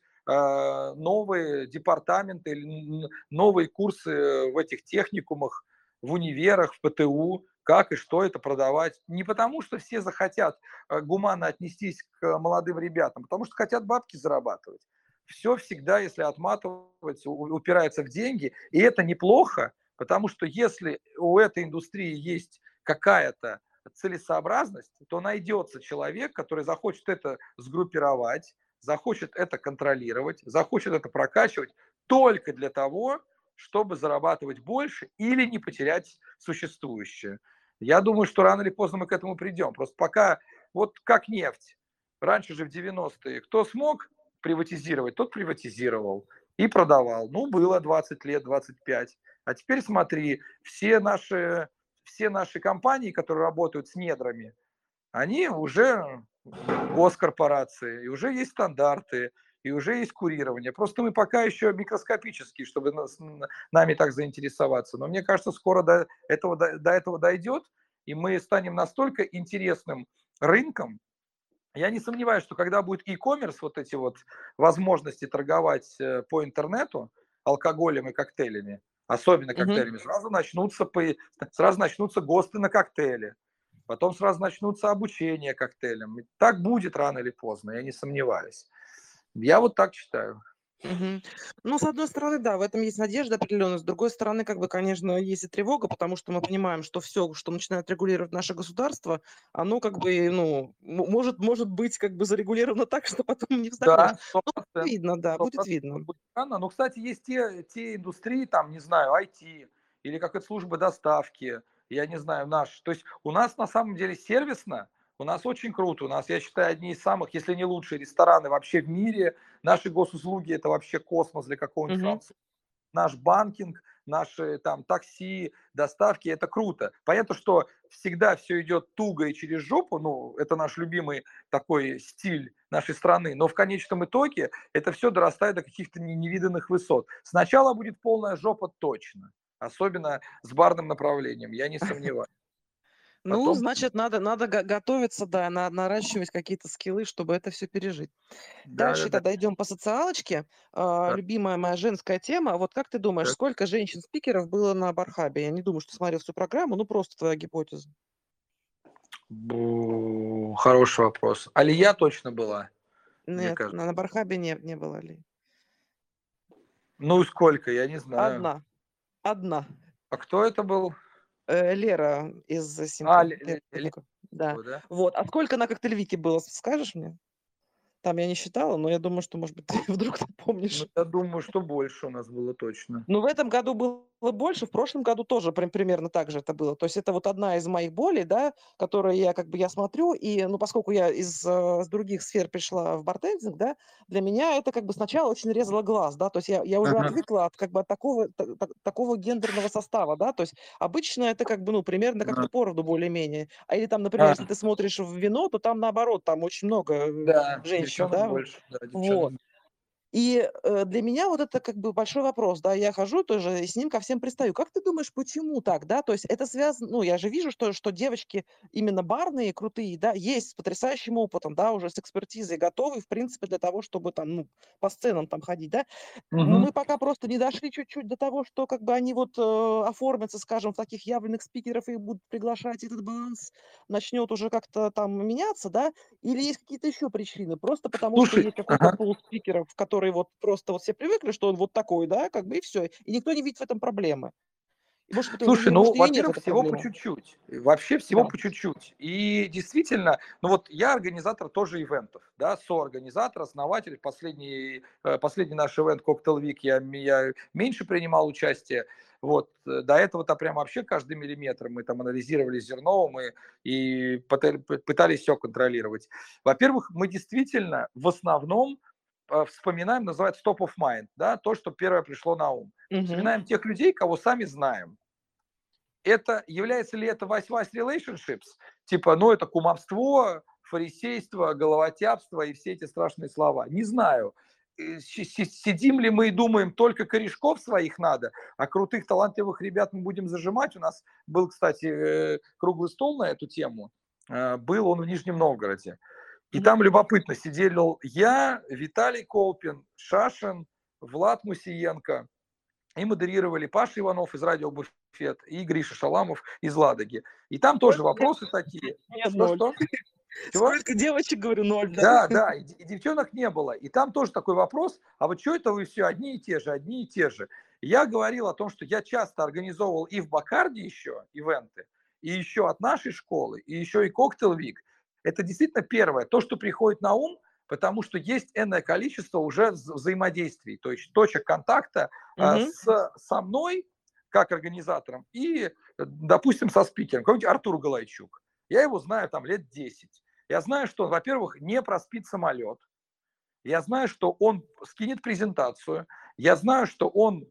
новые департаменты или новые курсы в этих техникумах, в универах, в ПТУ, как и что это продавать. Не потому, что все захотят гуманно отнестись к молодым ребятам, потому что хотят бабки зарабатывать. Все всегда, если отматывать, упирается в деньги, и это неплохо, потому что если у этой индустрии есть какая-то целесообразность, то найдется человек, который захочет это сгруппировать, захочет это контролировать, захочет это прокачивать только для того, чтобы зарабатывать больше или не потерять существующее. Я думаю, что рано или поздно мы к этому придем. Просто пока, вот как нефть. Раньше же в 90-е кто смог приватизировать, тот приватизировал и продавал. Ну, было 20 лет, 25. А теперь смотри, все наши компании, которые работают с недрами, они уже госкорпорации, и уже есть стандарты, и уже есть курирование. Просто мы пока еще микроскопические, чтобы нами так заинтересоваться. Но мне кажется, скоро до этого дойдет, и мы станем настолько интересным рынком. Я не сомневаюсь, что когда будет e-commerce, вот эти вот возможности торговать по интернету алкоголем и коктейлями, особенно
Мгм.
коктейлями, сразу начнутся ГОСТы на коктейли, потом сразу начнутся обучение коктейлям. И так будет рано или поздно, я не сомневаюсь. Я вот так считаю.
Мгм. Ну, с одной стороны, да, в этом есть надежда определенная. С другой стороны, как бы, конечно, есть и тревога, потому что мы понимаем, что все, что начинает регулировать наше государство, оно как бы, ну, может быть как бы зарегулировано так, что потом не вздохнешь.
Да, сто
Ну, будет
процентов.
видно, да, будет
100%
видно.
будет странно. Но, кстати, есть те индустрии, там, не знаю, IT или какая-то служба доставки, я не знаю, наш. То есть у нас на самом деле сервисно, у нас очень круто. У нас, я считаю, одни из самых, если не лучшие рестораны вообще в мире. Наши госуслуги – это вообще космос для какого-нибудь
Мгм.
француза. Наш банкинг, наши там такси, доставки, это круто. Понятно, что всегда все идет туго и через жопу, ну, это наш любимый такой стиль нашей страны, но в конечном итоге это все дорастает до каких-то невиданных высот. Сначала будет полная жопа точно, особенно с барным направлением, я не сомневаюсь.
Ну,
Потом,
значит, надо готовиться, да, наращивать какие-то скиллы, чтобы это все пережить. Дальше
да-да-да.
тогда идем по социалочке.
Так,
Любимая моя женская тема. Вот как ты думаешь,
так.
сколько женщин-спикеров было на Бархабе? Я не думаю, что смотрел всю программу, ну просто твоя гипотеза.
Хороший вопрос. Алия точно была, мне
Нет,
кажется.
на Бархабе не было ли?
Ну и сколько, я не знаю.
Одна. Одна.
А кто это был?
Лера из
А,
Симки. Лера Путникова. Да.
Да?
Вот. А сколько на Коктейльвике было, скажешь мне? Там я не считала, но я думаю, что, может быть, ты вдруг ты
Ну,
помнишь.
я думаю, что больше у нас было точно.
Ну, в этом году было больше, в прошлом году тоже примерно так же это было. То есть это вот одна из моих болей, да, которые я как бы я смотрю, и, ну, поскольку я с других сфер пришла в бартендинг, да, для меня это как бы сначала очень резало глаз, да, то есть я уже
Ага.
отвыкла от как бы от такого гендерного состава, да, то есть обычно это как бы, ну, примерно как-то
А,
поровну более-менее. А или там, например,
а,
если ты смотришь в вино, то там наоборот, там очень много
да,
женщин,
девчонок
да,
больше, да, девчонок.
вот. И, для меня вот это как бы большой вопрос, да. Я хожу тоже и с ним ко всем пристаю. Как ты думаешь, почему так, да? То есть это связано, ну, я же вижу, что девочки именно барные, крутые, да, есть с потрясающим опытом, да, уже с экспертизой, готовы, в принципе, для того, чтобы там, ну, по сценам там ходить, да. Но
Мгм.
мы пока просто не дошли чуть-чуть до того, что как бы они вот, оформятся, скажем, в таких явленных спикеров и будут приглашать, и этот баланс начнет уже как-то там меняться, да? Или есть какие-то еще причины? Просто потому, что
Слушай,
есть какой-то
ага,
пул спикеров, которые который вот просто вот все привыкли, что он вот такой, да, как бы и все. И никто не видит в этом проблемы. И может быть,
Слушай, ну,
может, ее нет в
во-первых,
этой
всего по
проблемы.
чуть-чуть. Вообще всего
Да.
по чуть-чуть. И действительно, ну вот я организатор тоже ивентов, да, соорганизатор, основатель. Последний наш ивент Cocktail Week я меньше принимал участие. Вот, до этого-то прям вообще каждый миллиметр мы там анализировали зерно, и пытались все контролировать. Во-первых, мы действительно в основном вспоминаем, называется top of mind, да, то, что первое пришло на ум.
Мгм.
Вспоминаем тех людей, кого сами знаем. Является ли это вась-вась relationships? Типа, ну, это кумовство, фарисейство, головотяпство и все эти страшные слова. Не знаю. Сидим ли мы и думаем, только корешков своих надо, а крутых, талантливых ребят мы будем зажимать. У нас был, кстати, круглый стол на эту тему. Был он в Нижнем Новгороде. И
Мгм.
там любопытно сидели я, Виталий Колпин, Шашин, Влад Мусиенко, и модерировали Паша Иванов из «Радио Буфет» и Гриша Шаламов из «Ладоги». И там тоже
Сколько нет?
вопросы такие.
Нет, 0.
Что-что? Чего?
Сколько девочек, говорю, 0, да?
Да, да, и девчонок не было. И там тоже такой вопрос, а вот что это вы все одни и те же, одни и те же? И я говорил о том, что я часто организовывал и в Бакарде еще ивенты, и еще от нашей школы, и еще и Cocktail Week. Это действительно первое, то, что приходит на ум, потому что есть энное количество уже взаимодействий, то есть точек контакта
Мгм.
со мной, как организатором, и, допустим, со спикером, какой-нибудь Артур Галайчук. Я его знаю там лет 10. Я знаю, что он, во-первых, не проспит самолет. Я знаю, что он скинет презентацию. Я знаю, что он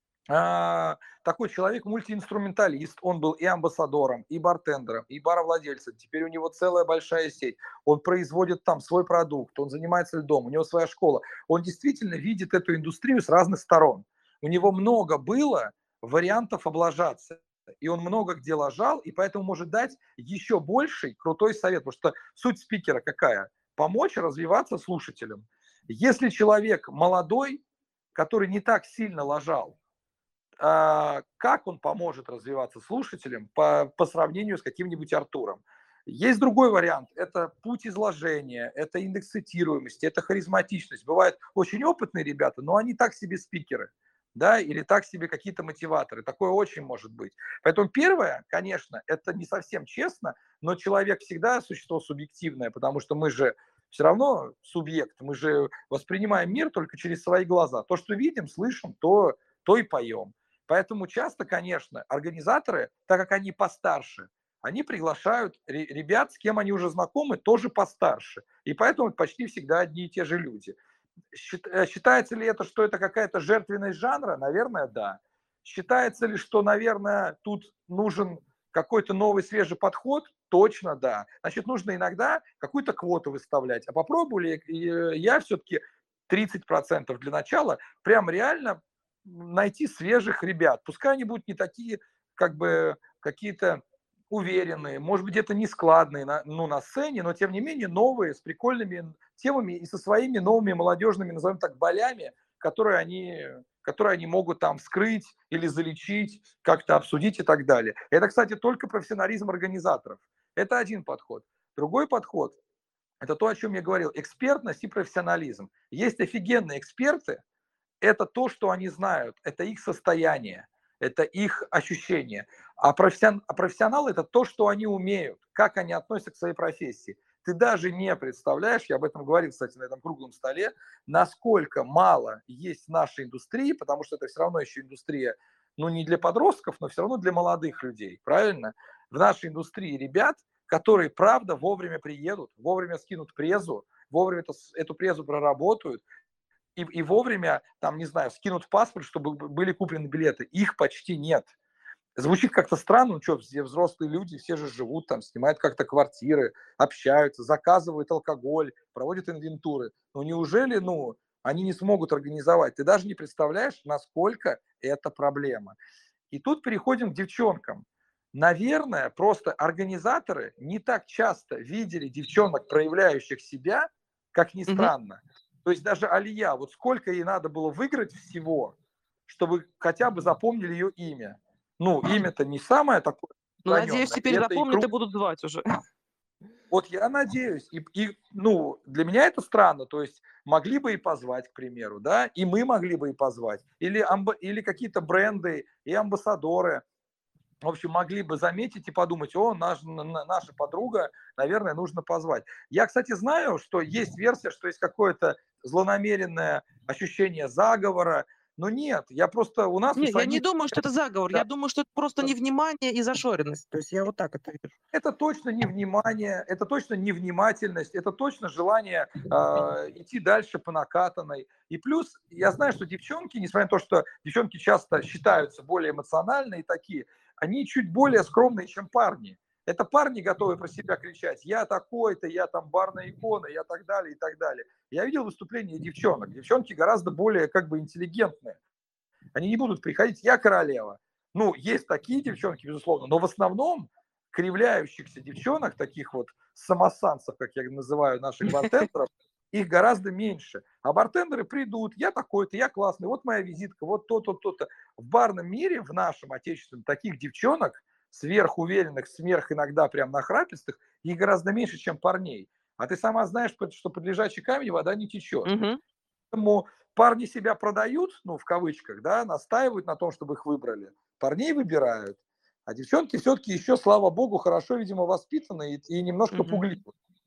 такой человек мультиинструменталист. Он был и амбассадором, и бартендером, и баровладельцем. Теперь у него целая большая сеть. Он производит там свой продукт, он занимается льдом, у него своя школа. Он действительно видит эту индустрию с разных сторон. У него много было вариантов облажаться. И он много где лажал, и поэтому может дать еще больший крутой совет. Потому что суть спикера какая? Помочь развиваться слушателям. Если человек молодой, который не так сильно лажал, как он поможет развиваться слушателям по сравнению с каким-нибудь Артуром. Есть другой вариант. Это путь изложения, это индекс цитируемости, это харизматичность. Бывают очень опытные ребята, но они так себе спикеры, да, или так себе какие-то мотиваторы. Такое очень может быть. Поэтому первое, конечно, это не совсем честно, но человек всегда существо субъективное, потому что мы же все равно субъект, мы же воспринимаем мир только через свои глаза. То, что видим, слышим, то и поем. Поэтому часто, конечно, организаторы, так как они постарше, они приглашают ребят, с кем они уже знакомы, тоже постарше. И поэтому почти всегда одни и те же люди. Считается ли это, что это какая-то жертвенность жанра? Наверное, да. Считается ли, что, наверное, тут нужен какой-то новый свежий подход? Точно да. Значит, нужно иногда какую-то квоту выставлять. А попробовали я все-таки 30% для начала прям реально найти свежих ребят. Пускай они будут не такие, как бы, какие-то уверенные, может быть, где-то нескладные на сцене, но тем не менее новые, с прикольными темами и со своими новыми молодежными, назовем так, болями, которые они могут там вскрыть или залечить, как-то обсудить и так далее. Это, кстати, только профессионализм организаторов. Это один подход. Другой подход – это то, о чем я говорил, экспертность и профессионализм. Есть офигенные эксперты, это то, что они знают, это их состояние, это их ощущение. А профессионалы – это то, что они умеют, как они относятся к своей профессии. Ты даже не представляешь, я об этом говорил, кстати, на этом круглом столе, насколько мало есть в нашей индустрии, потому что это все равно еще индустрия, ну, не для подростков, но все равно для молодых людей, правильно? В нашей индустрии ребят, которые, правда, вовремя приедут, вовремя скинут презу, вовремя эту презу проработают, и вовремя, там, не знаю, скинут паспорт, чтобы были куплены билеты. Их почти нет. Звучит как-то странно, ну что, все взрослые люди, все же живут там, снимают как-то квартиры, общаются, заказывают алкоголь, проводят инвентуры. Но неужели, они не смогут организовать? Ты даже не представляешь, насколько это проблема. И тут переходим к девчонкам. Наверное, просто организаторы не так часто видели девчонок, проявляющих себя, как ни
Мгм.
странно. То есть даже Алия, вот сколько ей надо было выиграть всего, чтобы хотя бы запомнили ее имя. Ну, имя-то не самое такое
Ну, надеюсь,
распространенное, и
теперь
это и
запомнят
круто.
и будут звать уже.
Вот я надеюсь, ну, для меня это странно, то есть могли бы и позвать, к примеру, да, и мы могли бы и позвать, или какие-то бренды и амбассадоры, в общем, могли бы заметить и подумать, о, наша подруга, наверное, нужно позвать. Я, кстати, знаю, что есть версия, что есть какое-то злонамеренное ощущение заговора, но нет, я просто у нас у
Не, я не
самих,
думаю, что это заговор.
да,
Я думаю, что это просто невнимание и зашоренность. То есть я вот так это вижу.
это точно не внимание, это точно невнимательность, это точно желание идти дальше по накатанной. И плюс, я знаю, что девчонки, несмотря на то, что девчонки часто считаются более эмоциональные такие, они чуть более скромные, чем парни. Это парни готовы про себя кричать, я такой-то, я там барная икона, я так далее и так далее. Я видел выступления девчонок. Девчонки гораздо более как бы интеллигентные. Они не будут приходить, я королева. Ну, есть такие девчонки, безусловно, но в основном кривляющихся девчонок, таких вот самосанцев, как я называю наших бартендеров, их гораздо меньше. А бартендеры придут, я такой-то, я классный, вот моя визитка, вот то-то, то-то. В барном мире, в нашем отечественном, таких девчонок, сверхуверенных, сверх иногда прям нахрапистых, их гораздо меньше, чем парней. А ты сама знаешь, что под лежачий камень вода не течет.
Мгм.
Поэтому парни себя продают, ну, в кавычках, да, настаивают на том, чтобы их выбрали. Парней выбирают. А девчонки все-таки еще, слава богу, хорошо, видимо, воспитаны и немножко
Мгм.
пугливы.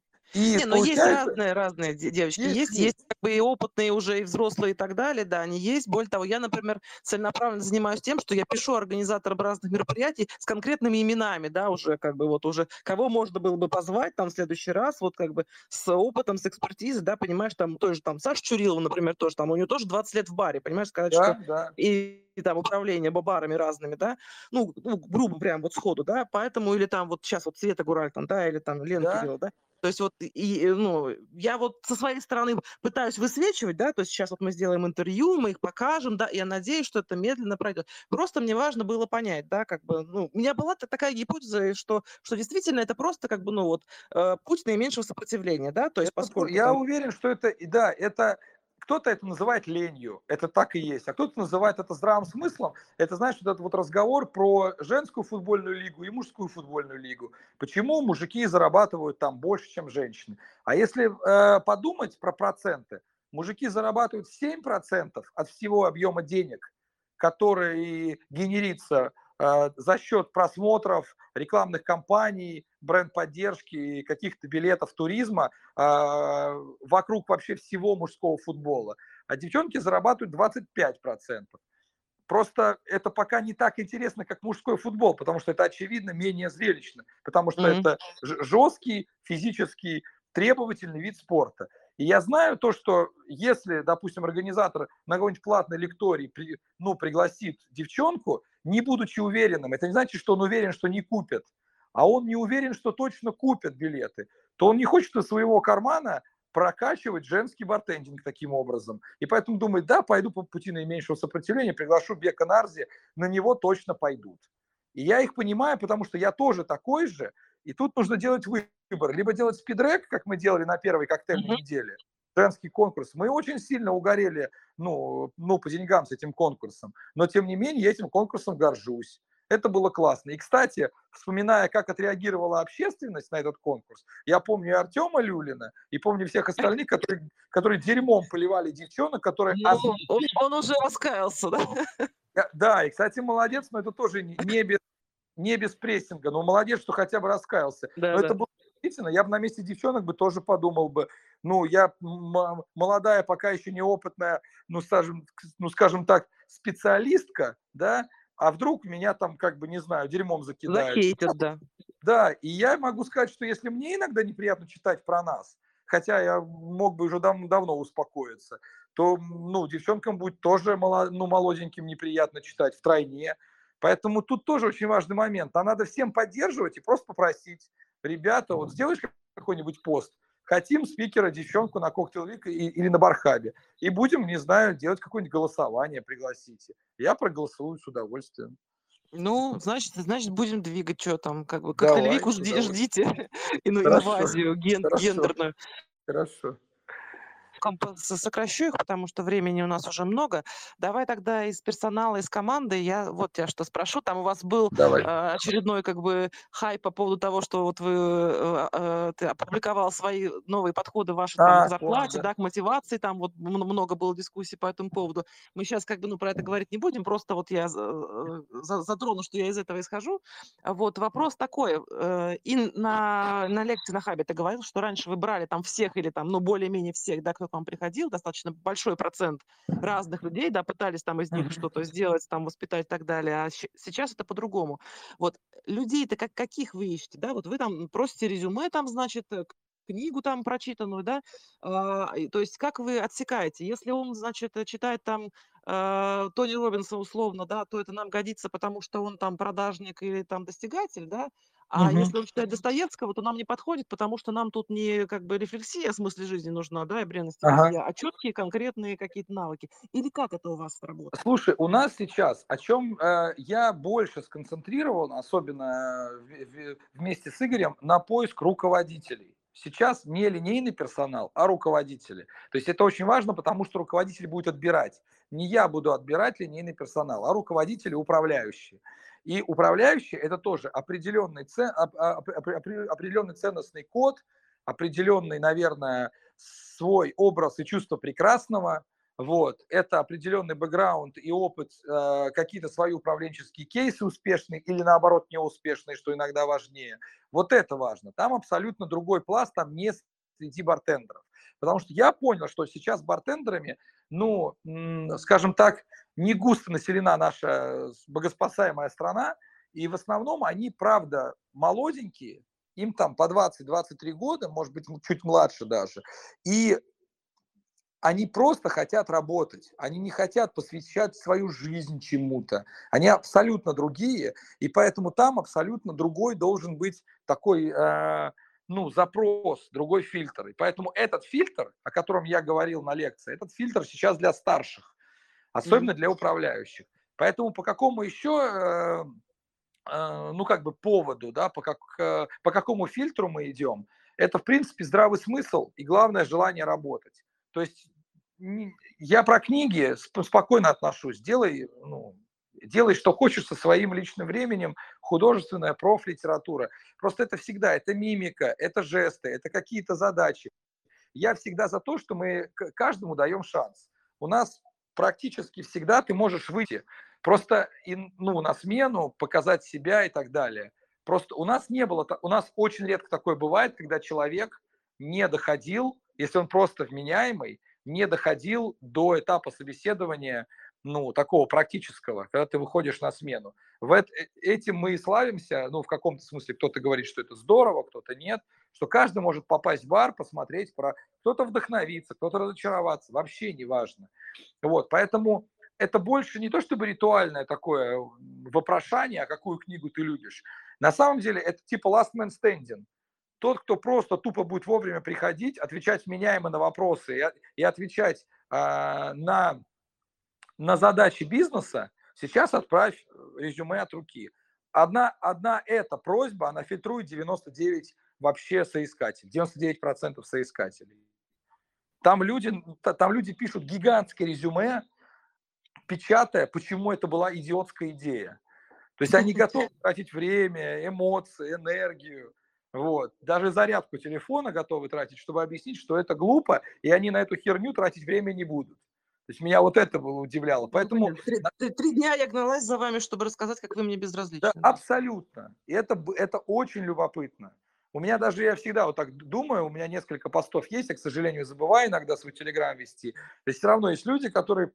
И
Не, но есть
получается,
разные девочки. Есть,
есть.
есть как бы и опытные уже, и взрослые, и так далее, да, они есть. Более того, я, например, целенаправленно занимаюсь тем, что я пишу организаторам разных мероприятий с конкретными именами, да, уже как бы вот уже, кого можно было бы позвать там в следующий раз, вот как бы с опытом, с экспертизой, да, понимаешь, там тоже там Саша Чурилова, например, тоже там, у нее тоже 20 лет в баре, понимаешь, сказать, что
Да, да,
и там управление барами разными, да, ну, грубо прям вот сходу, да, поэтому или там вот сейчас вот Света Гураль там, да, или там Лена
да.
Кирилла, да, то есть вот, ну, я вот со своей стороны пытаюсь высвечивать, да, то есть сейчас вот мы сделаем интервью, мы их покажем, да, и я надеюсь, что это медленно пройдет. Просто мне важно было понять, да, как бы, ну, у меня была такая гипотеза, что действительно это просто как бы, ну, вот, путь наименьшего сопротивления, да, то есть поскольку
Я
там...
уверен, что это, и да, это кто-то это называет ленью, это так и есть, а кто-то называет это здравым смыслом. Это, знаешь, вот этот вот разговор про женскую футбольную лигу и мужскую футбольную лигу. Почему мужики зарабатывают там больше, чем женщины? А если подумать про проценты, мужики зарабатывают 7% от всего объема денег, который генерится за счет просмотров, рекламных кампаний, бренд-поддержки и каких-то билетов туризма вокруг вообще всего мужского футбола. А девчонки зарабатывают 25%. Просто это пока не так интересно, как мужской футбол, потому что это, очевидно, менее зрелищно, потому что
Мгм.
это жесткий, физический, требовательный вид спорта. И я знаю то, что если, допустим, организатор на какой-нибудь платной лектории ну, пригласит девчонку, не будучи уверенным, это не значит, что он уверен, что не купят, а он не уверен, что точно купят билеты, то он не хочет из своего кармана прокачивать женский бартендинг таким образом. И поэтому думает, да, пойду по пути наименьшего сопротивления, приглашу Бека Нарзи, на него точно пойдут. И я их понимаю, потому что я тоже такой же, и тут нужно делать выбор. Либо делать спидрек, как мы делали на первой коктейльной
Мгм.
неделе, женский конкурс. Мы очень сильно угорели, ну, по деньгам с этим конкурсом, но тем не менее я этим конкурсом горжусь. Это было классно. И, кстати, вспоминая, как отреагировала общественность на этот конкурс, я помню и Артема Люлина, и помню всех остальных, которые дерьмом поливали девчонок, которые
Ну, он уже раскаялся, да?
Да, и, кстати, молодец, но это тоже не без прессинга, но молодец, что хотя бы раскаялся. Но это
Да-да.
было действительно, я бы на месте девчонок бы тоже подумал бы, ну, я молодая, пока еще неопытная, ну, скажем так, специалистка, да, а вдруг меня там, как бы, не знаю, дерьмом закидают.
Захейтят, да.
Да, и я могу сказать, что если мне иногда неприятно читать про нас, хотя я мог бы уже давно успокоиться, то, ну, девчонкам будет тоже молоденьким неприятно читать втройне. Поэтому тут тоже очень важный момент. А надо всем поддерживать и просто попросить, ребята, вот сделаешь какой-нибудь пост, хотим спикера, девчонку на Cocktail Week или на Бархабе, и будем, не знаю, делать какое-нибудь голосование, пригласите. Я проголосую с удовольствием.
Ну, значит, будем двигать, что там, как бы,
Давай,
коктейльвику
с удовольствием.
ждите,
Хорошо,
инвазию
хорошо,
гендерную.
хорошо.
махом сокращу их, потому что времени у нас уже много. Давай тогда из персонала, из команды я вот тебя что спрошу. Там у вас был
Давай.
очередной как бы хайп по поводу того, что вот ты опубликовал свои новые подходы ваши там к
Понял,
зарплате,
да.
да, к мотивации, там вот много было дискуссий по этому поводу. Мы сейчас как бы, ну, про это говорить не будем, просто вот я затрону, что я из этого исхожу. Вот вопрос такой. И на лекции на Хабе ты говорил, что раньше вы брали там всех или там, ну, более-менее всех, да, кто к вам приходил, достаточно большой процент разных людей, да, пытались там из них
Мгм.
что-то сделать, там, воспитать и так далее. А сейчас это по-другому. Вот людей-то каких вы ищете, да? Вот вы там просите резюме, там, значит, книгу там прочитанную, да? То есть как вы отсекаете? Если он, значит, читает там Тони Робинса условно, да, то это нам годится, потому что он там продажник или там достигатель, да, а
Мгм.
если он читает Достоевского, то нам не подходит, потому что нам тут не как бы рефлексия о смысле жизни нужна, да, и бренности
Ага.
бытия, а четкие конкретные какие-то навыки. Или как это у вас работает?
Слушай, у нас сейчас, о чем я больше сконцентрирован, особенно вместе с Игорем, на поиск руководителей. Сейчас не линейный персонал, а руководители. То есть это очень важно, потому что руководитель будет отбирать. Не я буду отбирать линейный персонал, а руководители управляющие. И управляющие это тоже определенный ценностный код, определенный, наверное, свой образ и чувство прекрасного, вот, это определенный бэкграунд и опыт, какие-то свои управленческие кейсы успешные или наоборот неуспешные, что иногда важнее. Вот это важно. Там абсолютно другой пласт, там не среди бартендеров. Потому что я понял, что сейчас бартендерами, ну, скажем так, не густо населена наша богоспасаемая страна, и в основном они, правда, молоденькие, им там по 20-23 года, может быть, чуть младше даже, и они просто хотят работать, они не хотят посвящать свою жизнь чему-то. Они абсолютно другие, и поэтому там абсолютно другой должен быть такой, ну, запрос, другой фильтр. И поэтому этот фильтр, о котором я говорил на лекции, этот фильтр сейчас для старших, особенно
Мгм.
для управляющих. Поэтому по какому еще, ну, как бы поводу, да, по какому фильтру мы идем, это, в принципе, здравый смысл и, главное, желание работать. То есть я про книги спокойно отношусь. Делай, ну, делай, что хочешь со своим личным временем, художественная, профлитература. Просто это всегда, это мимика, это жесты, это какие-то задачи. Я всегда за то, что мы каждому даем шанс. У нас практически всегда ты можешь выйти просто ну, на смену, показать себя и так далее. Просто у нас не было, у нас очень редко такое бывает, когда человек не доходил, если он просто вменяемый, не доходил до этапа собеседования, ну, такого практического, когда ты выходишь на смену. Этим мы и славимся, ну, в каком-то смысле кто-то говорит, что это здорово, кто-то нет, что каждый может попасть в бар, посмотреть, кто-то вдохновиться, кто-то разочароваться, вообще не важно. Вот, поэтому это больше не то чтобы ритуальное такое вопрошание, а какую книгу ты любишь. На самом деле это типа last man standing. Тот, кто просто тупо будет вовремя приходить, отвечать вменяемо на вопросы и отвечать на задачи бизнеса, сейчас отправь резюме от руки. Одна эта просьба, она фильтрует 99 вообще соискателей, 99% соискателей. Там люди пишут гигантское резюме, печатая, почему это была идиотская идея. То есть они готовы тратить время, эмоции, энергию. Вот. Даже зарядку телефона готовы тратить, чтобы объяснить, что это глупо, и они на эту херню тратить время не будут. То есть меня вот это было удивляло.
Ну,
Поэтому
понятно. Три дня я гналась за вами, чтобы рассказать, как вы мне
да,
безразличны, да.
абсолютно. И это очень любопытно. У меня даже, я всегда вот так думаю, у меня несколько постов есть, я, к сожалению, забываю иногда свой телеграм вести. То есть все равно есть люди, которые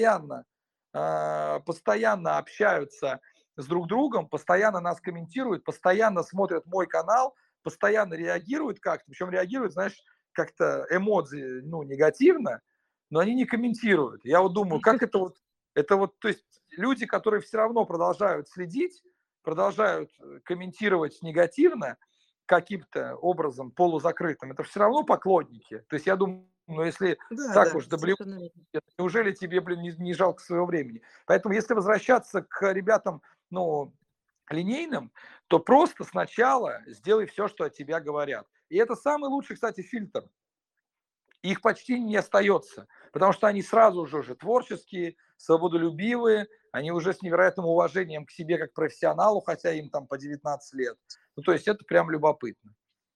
постоянно общаются с друг другом, постоянно нас комментируют, постоянно смотрят мой канал, постоянно реагируют как-то, причем реагируют, знаешь, как-то эмодзи, ну, негативно, но они не комментируют. Я вот думаю, как это вот, то есть люди, которые все равно продолжают следить, продолжают комментировать негативно каким-то образом полузакрытым, это все равно поклонники. То есть я думаю, ну если
Да,
так
да,
уж доблюдешь,
совершенно верно.
неужели тебе, блин, не жалко своего времени? Поэтому если возвращаться к ребятам, ну, линейным, то просто сначала сделай все, что от тебя говорят. И это самый лучший, кстати, фильтр. их почти не остается, потому что они сразу же уже творческие, свободолюбивые, они уже с невероятным уважением к себе как профессионалу, хотя им там по 19 лет. Ну, то есть это прям любопытно.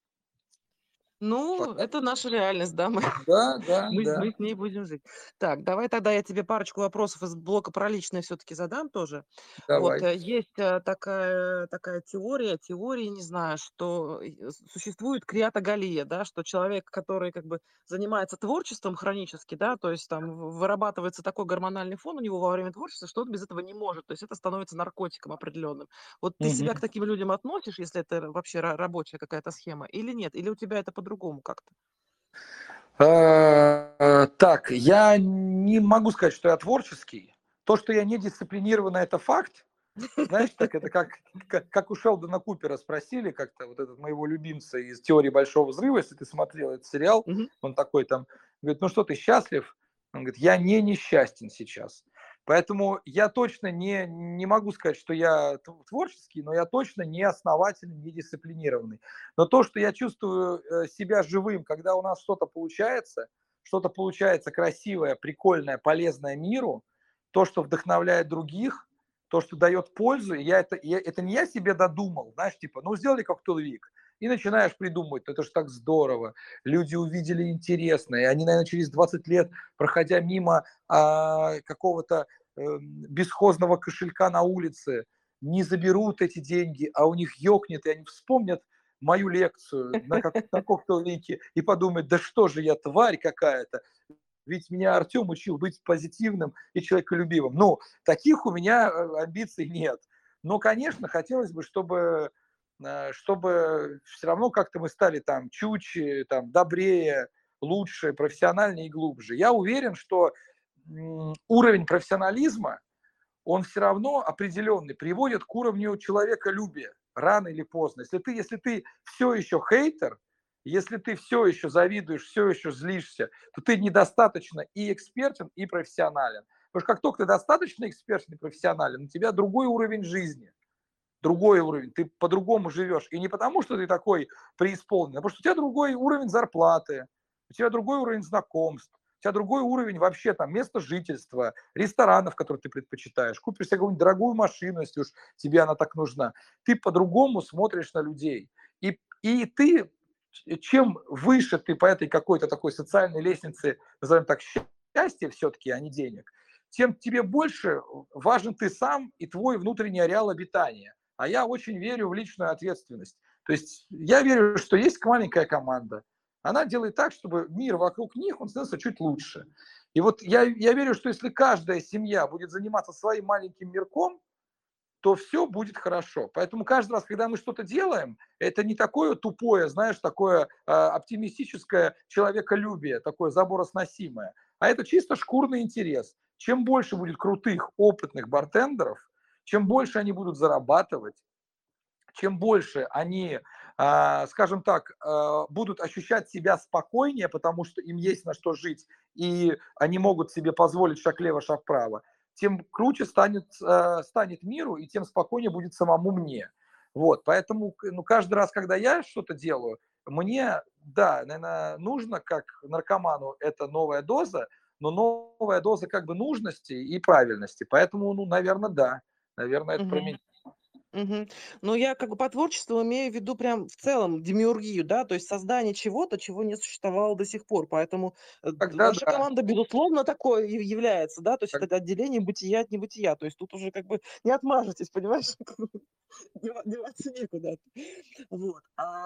Ну,
Пока-
это наша реальность, да, мы
Да, да,
мы
да.
с ней будем жить. Так, давай тогда я тебе парочку вопросов из блока про личное все-таки задам тоже. Вот,
Давай.
есть такая теория, не знаю, что существует креатогалия, да, что человек, который как бы занимается творчеством хронически, да, то есть там вырабатывается такой гормональный фон у него во время творчества, что он без этого не может, то есть это становится наркотиком определенным. Вот ты себя к
Мгм.
таким людям относишь, если это вообще рабочая какая-то схема, или нет? Или у тебя это по-другому как-то?
Так, я не могу сказать, что я творческий. То, что я не дисциплинированный, это факт. Знаешь, так это как у Шелдона Купера спросили как-то, вот этот моего любимца из «Теории большого взрыва», если ты смотрел этот сериал,
Мгм.
он такой там, говорит, ну что, ты счастлив? Он говорит, я не несчастен сейчас. Поэтому я точно не могу сказать, что я творческий, но я точно не основательный, не дисциплинированный. Но то, что я чувствую себя живым, когда у нас что-то получается красивое, прикольное, полезное миру, то, что вдохновляет других, то, что дает пользу, это не я себе додумал, знаешь, типа, ну сделали как туловик, и начинаешь придумывать, ну это же так здорово, люди увидели интересное, и они, наверное, через 20 лет, проходя мимо какого-то бесхозного кошелька на улице, не заберут эти деньги, а у них ёкнет, и они вспомнят мою лекцию на коктейльнике и подумают, да что же я, тварь какая-то, ведь меня Артем учил быть позитивным и человеколюбивым. Ну, таких у меня амбиций нет. Но, конечно, хотелось бы, чтобы все равно как-то мы стали там чуть там, добрее, лучше, профессиональнее и глубже. Я уверен, что уровень профессионализма, он все равно определенный, приводит к уровню человеколюбия рано или поздно. Если ты все еще хейтер, если ты все еще завидуешь, все еще злишься, то ты недостаточно и экспертен, и профессионален. Потому что как только ты достаточно экспертен и профессионален, у тебя другой уровень жизни, другой уровень, ты по-другому живешь. И не потому, что ты такой преисполненный, а потому что у тебя другой уровень зарплаты, у тебя другой уровень знакомств, у тебя другой уровень вообще там места жительства, ресторанов, которые ты предпочитаешь. Купишь себе какую-нибудь дорогую машину, если уж тебе она так нужна. Ты по-другому смотришь на людей. И ты, чем выше ты по этой какой-то такой социальной лестнице, назовем так, счастья все-таки, а не денег, тем тебе больше важен ты сам и твой внутренний ареал обитания. А я очень верю в личную ответственность. То есть я верю, что есть маленькая команда. Она делает так, чтобы мир вокруг них, он становится чуть лучше. И вот я верю, что если каждая семья будет заниматься своим маленьким мирком, то все будет хорошо. Поэтому каждый раз, когда мы что-то делаем, это не такое тупое, знаешь, такое оптимистическое человеколюбие, такое заборосносимое, а это чисто шкурный интерес. Чем больше будет крутых, опытных бартендеров, чем больше они будут зарабатывать, чем больше они, скажем так, будут ощущать себя спокойнее, потому что им есть на что жить, и они могут себе позволить шаг лево, шаг вправо, тем круче станет миру, и тем спокойнее будет самому мне. Вот, поэтому ну, каждый раз, когда я что-то делаю, мне, да, наверное, нужно, как наркоману, это новая доза, но новая доза как бы нужности и правильности. Поэтому, ну, наверное, да. Наверное, это про
Мгм.
меня.
Мгм. Ну, я как бы по творчеству имею в виду прям в целом демиургию, да, то есть создание чего-то, чего не существовало до сих пор. Поэтому
Тогда
ваша
да.
команда, безусловно, такое является, да, то есть это отделение бытия от небытия. То есть тут уже как бы не отмажетесь, понимаешь? Деваться некуда. Вот.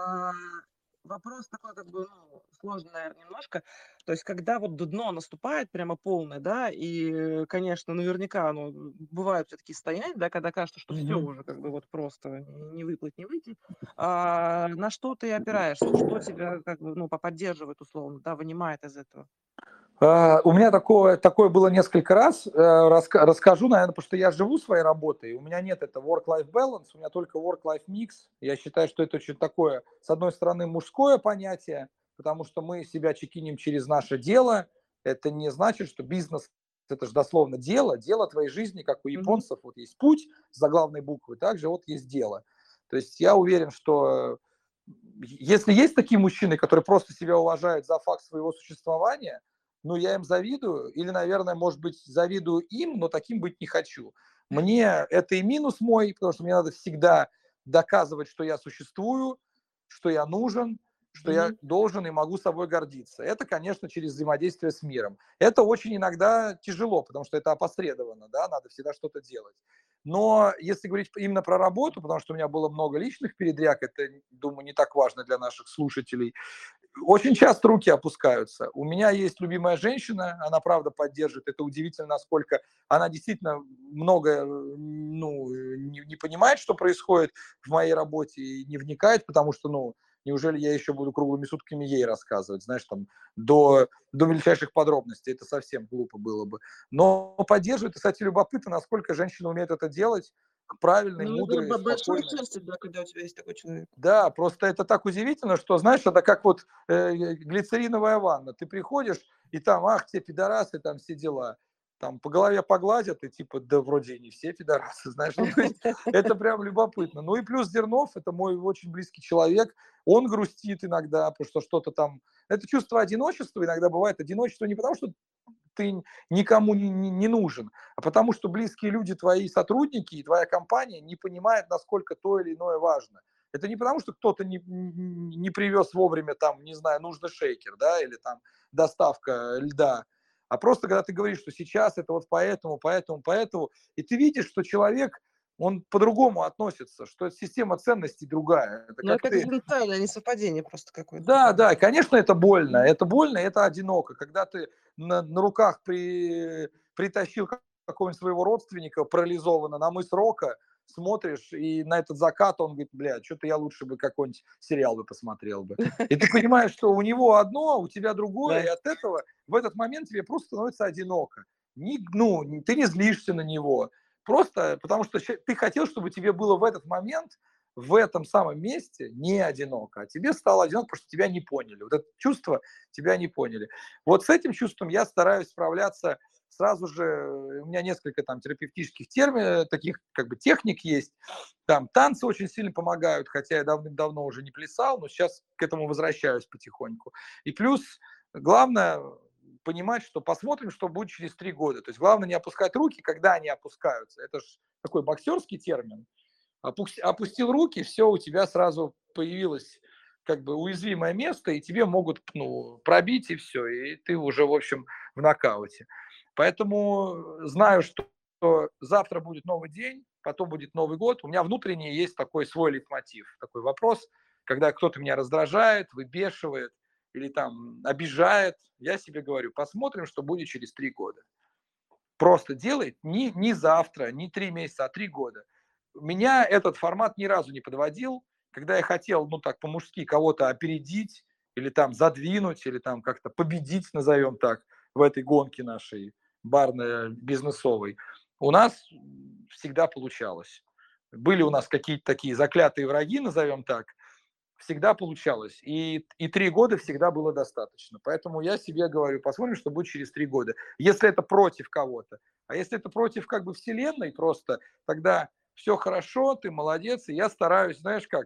Вопрос такой, как бы, ну, сложный, наверное, немножко. То есть, когда вот дно наступает прямо полное, да, и, конечно, наверняка, ну, бывают все-таки состояния, да, когда кажется, что все
Мгм.
уже как бы вот просто не выплыть, не выйти. На что ты опираешься? Что тебя как бы, ну, поддерживает условно, да, вынимает из этого?
У меня такое было несколько раз. Расскажу, наверное, потому что я живу своей работой. У меня нет этого work-life balance, у меня только work-life mix. Я считаю, что это очень такое, с одной стороны, мужское понятие, потому что мы себя чекиним через наше дело. Это не значит, что бизнес это же дословно дело твоей жизни, как у
Мгм.
японцев. Вот есть путь с заглавной буквы, также вот есть дело. То есть я уверен, что если есть такие мужчины, которые просто себя уважают за факт своего существования, ну, я им завидую, или, наверное, может быть, завидую им, но таким быть не хочу. Мне это и минус мой, потому что мне надо всегда доказывать, что я существую, что я нужен, что я
Мгм.
должен и могу собой гордиться. Это, конечно, через взаимодействие с миром. Это очень иногда тяжело, потому что это опосредованно, да, надо всегда что-то делать. Но если говорить именно про работу, потому что у меня было много личных передряг, это, думаю, не так важно для наших слушателей, очень часто руки опускаются. У меня есть любимая женщина, она правда поддерживает. Это удивительно, насколько она действительно много ну, не понимает, что происходит в моей работе и не вникает, потому что, ну, неужели я еще буду круглыми сутками ей рассказывать, знаешь, там, до мельчайших подробностей. Это совсем глупо было бы. Но поддерживает, и, кстати, любопытно, насколько женщины умеют это делать, правильные,
Ну, это
мудрые,
большое
спокойные.
счастье, да, когда у тебя есть такой человек.
Да, просто это так удивительно, что, знаешь, это как вот глицериновая ванна. Ты приходишь, и там, ах, те пидорасы, там все дела. Там по голове погладят, и типа, да вроде и не все пидорасы, знаешь. Ну, то есть это прям любопытно. Ну и плюс Зернов, это мой очень близкий человек, он грустит иногда, потому что что-то там... Это чувство одиночества иногда бывает. Одиночество не потому, что ты никому не нужен, а потому что близкие люди, твои сотрудники и твоя компания не понимают, насколько то или иное важно. Это не потому, что кто-то не привез вовремя, там, не знаю, нужный шейкер, да, или там доставка льда, а просто когда ты говоришь, что сейчас это вот поэтому, поэтому, поэтому, и ты видишь, что человек, он по-другому относится, что система ценностей другая. Это
Ну,
как
это
ты
экзистенциальное, а не совпадение просто какое-то
да,
такое.
да, конечно, это больно, это одиноко. Когда ты на руках притащил какого-нибудь своего родственника парализованно на мыс Рока, смотришь, и на этот закат он говорит, бля, что-то я лучше бы какой-нибудь сериал бы посмотрел бы. И ты понимаешь, что у него одно, а у тебя другое, и
Да.
от этого в этот момент тебе просто становится одиноко. Ну, ты не злишься на него, просто потому что ты хотел, чтобы тебе было в этот момент в этом самом месте не одиноко, а тебе стало одиноко, потому что тебя не поняли. Вот это чувство тебя не поняли. Вот с этим чувством я стараюсь справляться сразу же. У меня несколько там терапевтических терминов, таких как бы техник есть. Там танцы очень сильно помогают, хотя я давным-давно уже не плясал, но сейчас к этому возвращаюсь потихоньку. И плюс главное понимать, что посмотрим, что будет через 3 года. То есть главное не опускать руки, когда они опускаются. Это же такой боксерский термин. Опустил руки, все, у тебя сразу появилось как бы уязвимое место, и тебе могут пробить, и все, и ты уже, в общем, в нокауте. Поэтому знаю, что завтра будет новый день, потом будет Новый год. У меня внутренне есть такой свой лейтмотив, такой вопрос, когда кто-то меня раздражает, выбешивает или там обижает, я себе говорю, посмотрим, что будет через 3 года. Просто делай не завтра, не 3 месяца, а 3 года. Меня этот формат ни разу не подводил, когда я хотел, ну так, по-мужски кого-то опередить, или там задвинуть, или там как-то победить, назовем так, в этой гонке нашей барной, бизнесовой. У нас всегда получалось. Были у нас какие-то такие заклятые враги, назовем так, всегда получалось. И 3 года всегда было достаточно. Поэтому я себе говорю, посмотрим, что будет через 3 года. Если это против кого-то. А если это против как бы вселенной просто, тогда все хорошо, ты молодец. И я стараюсь, знаешь как,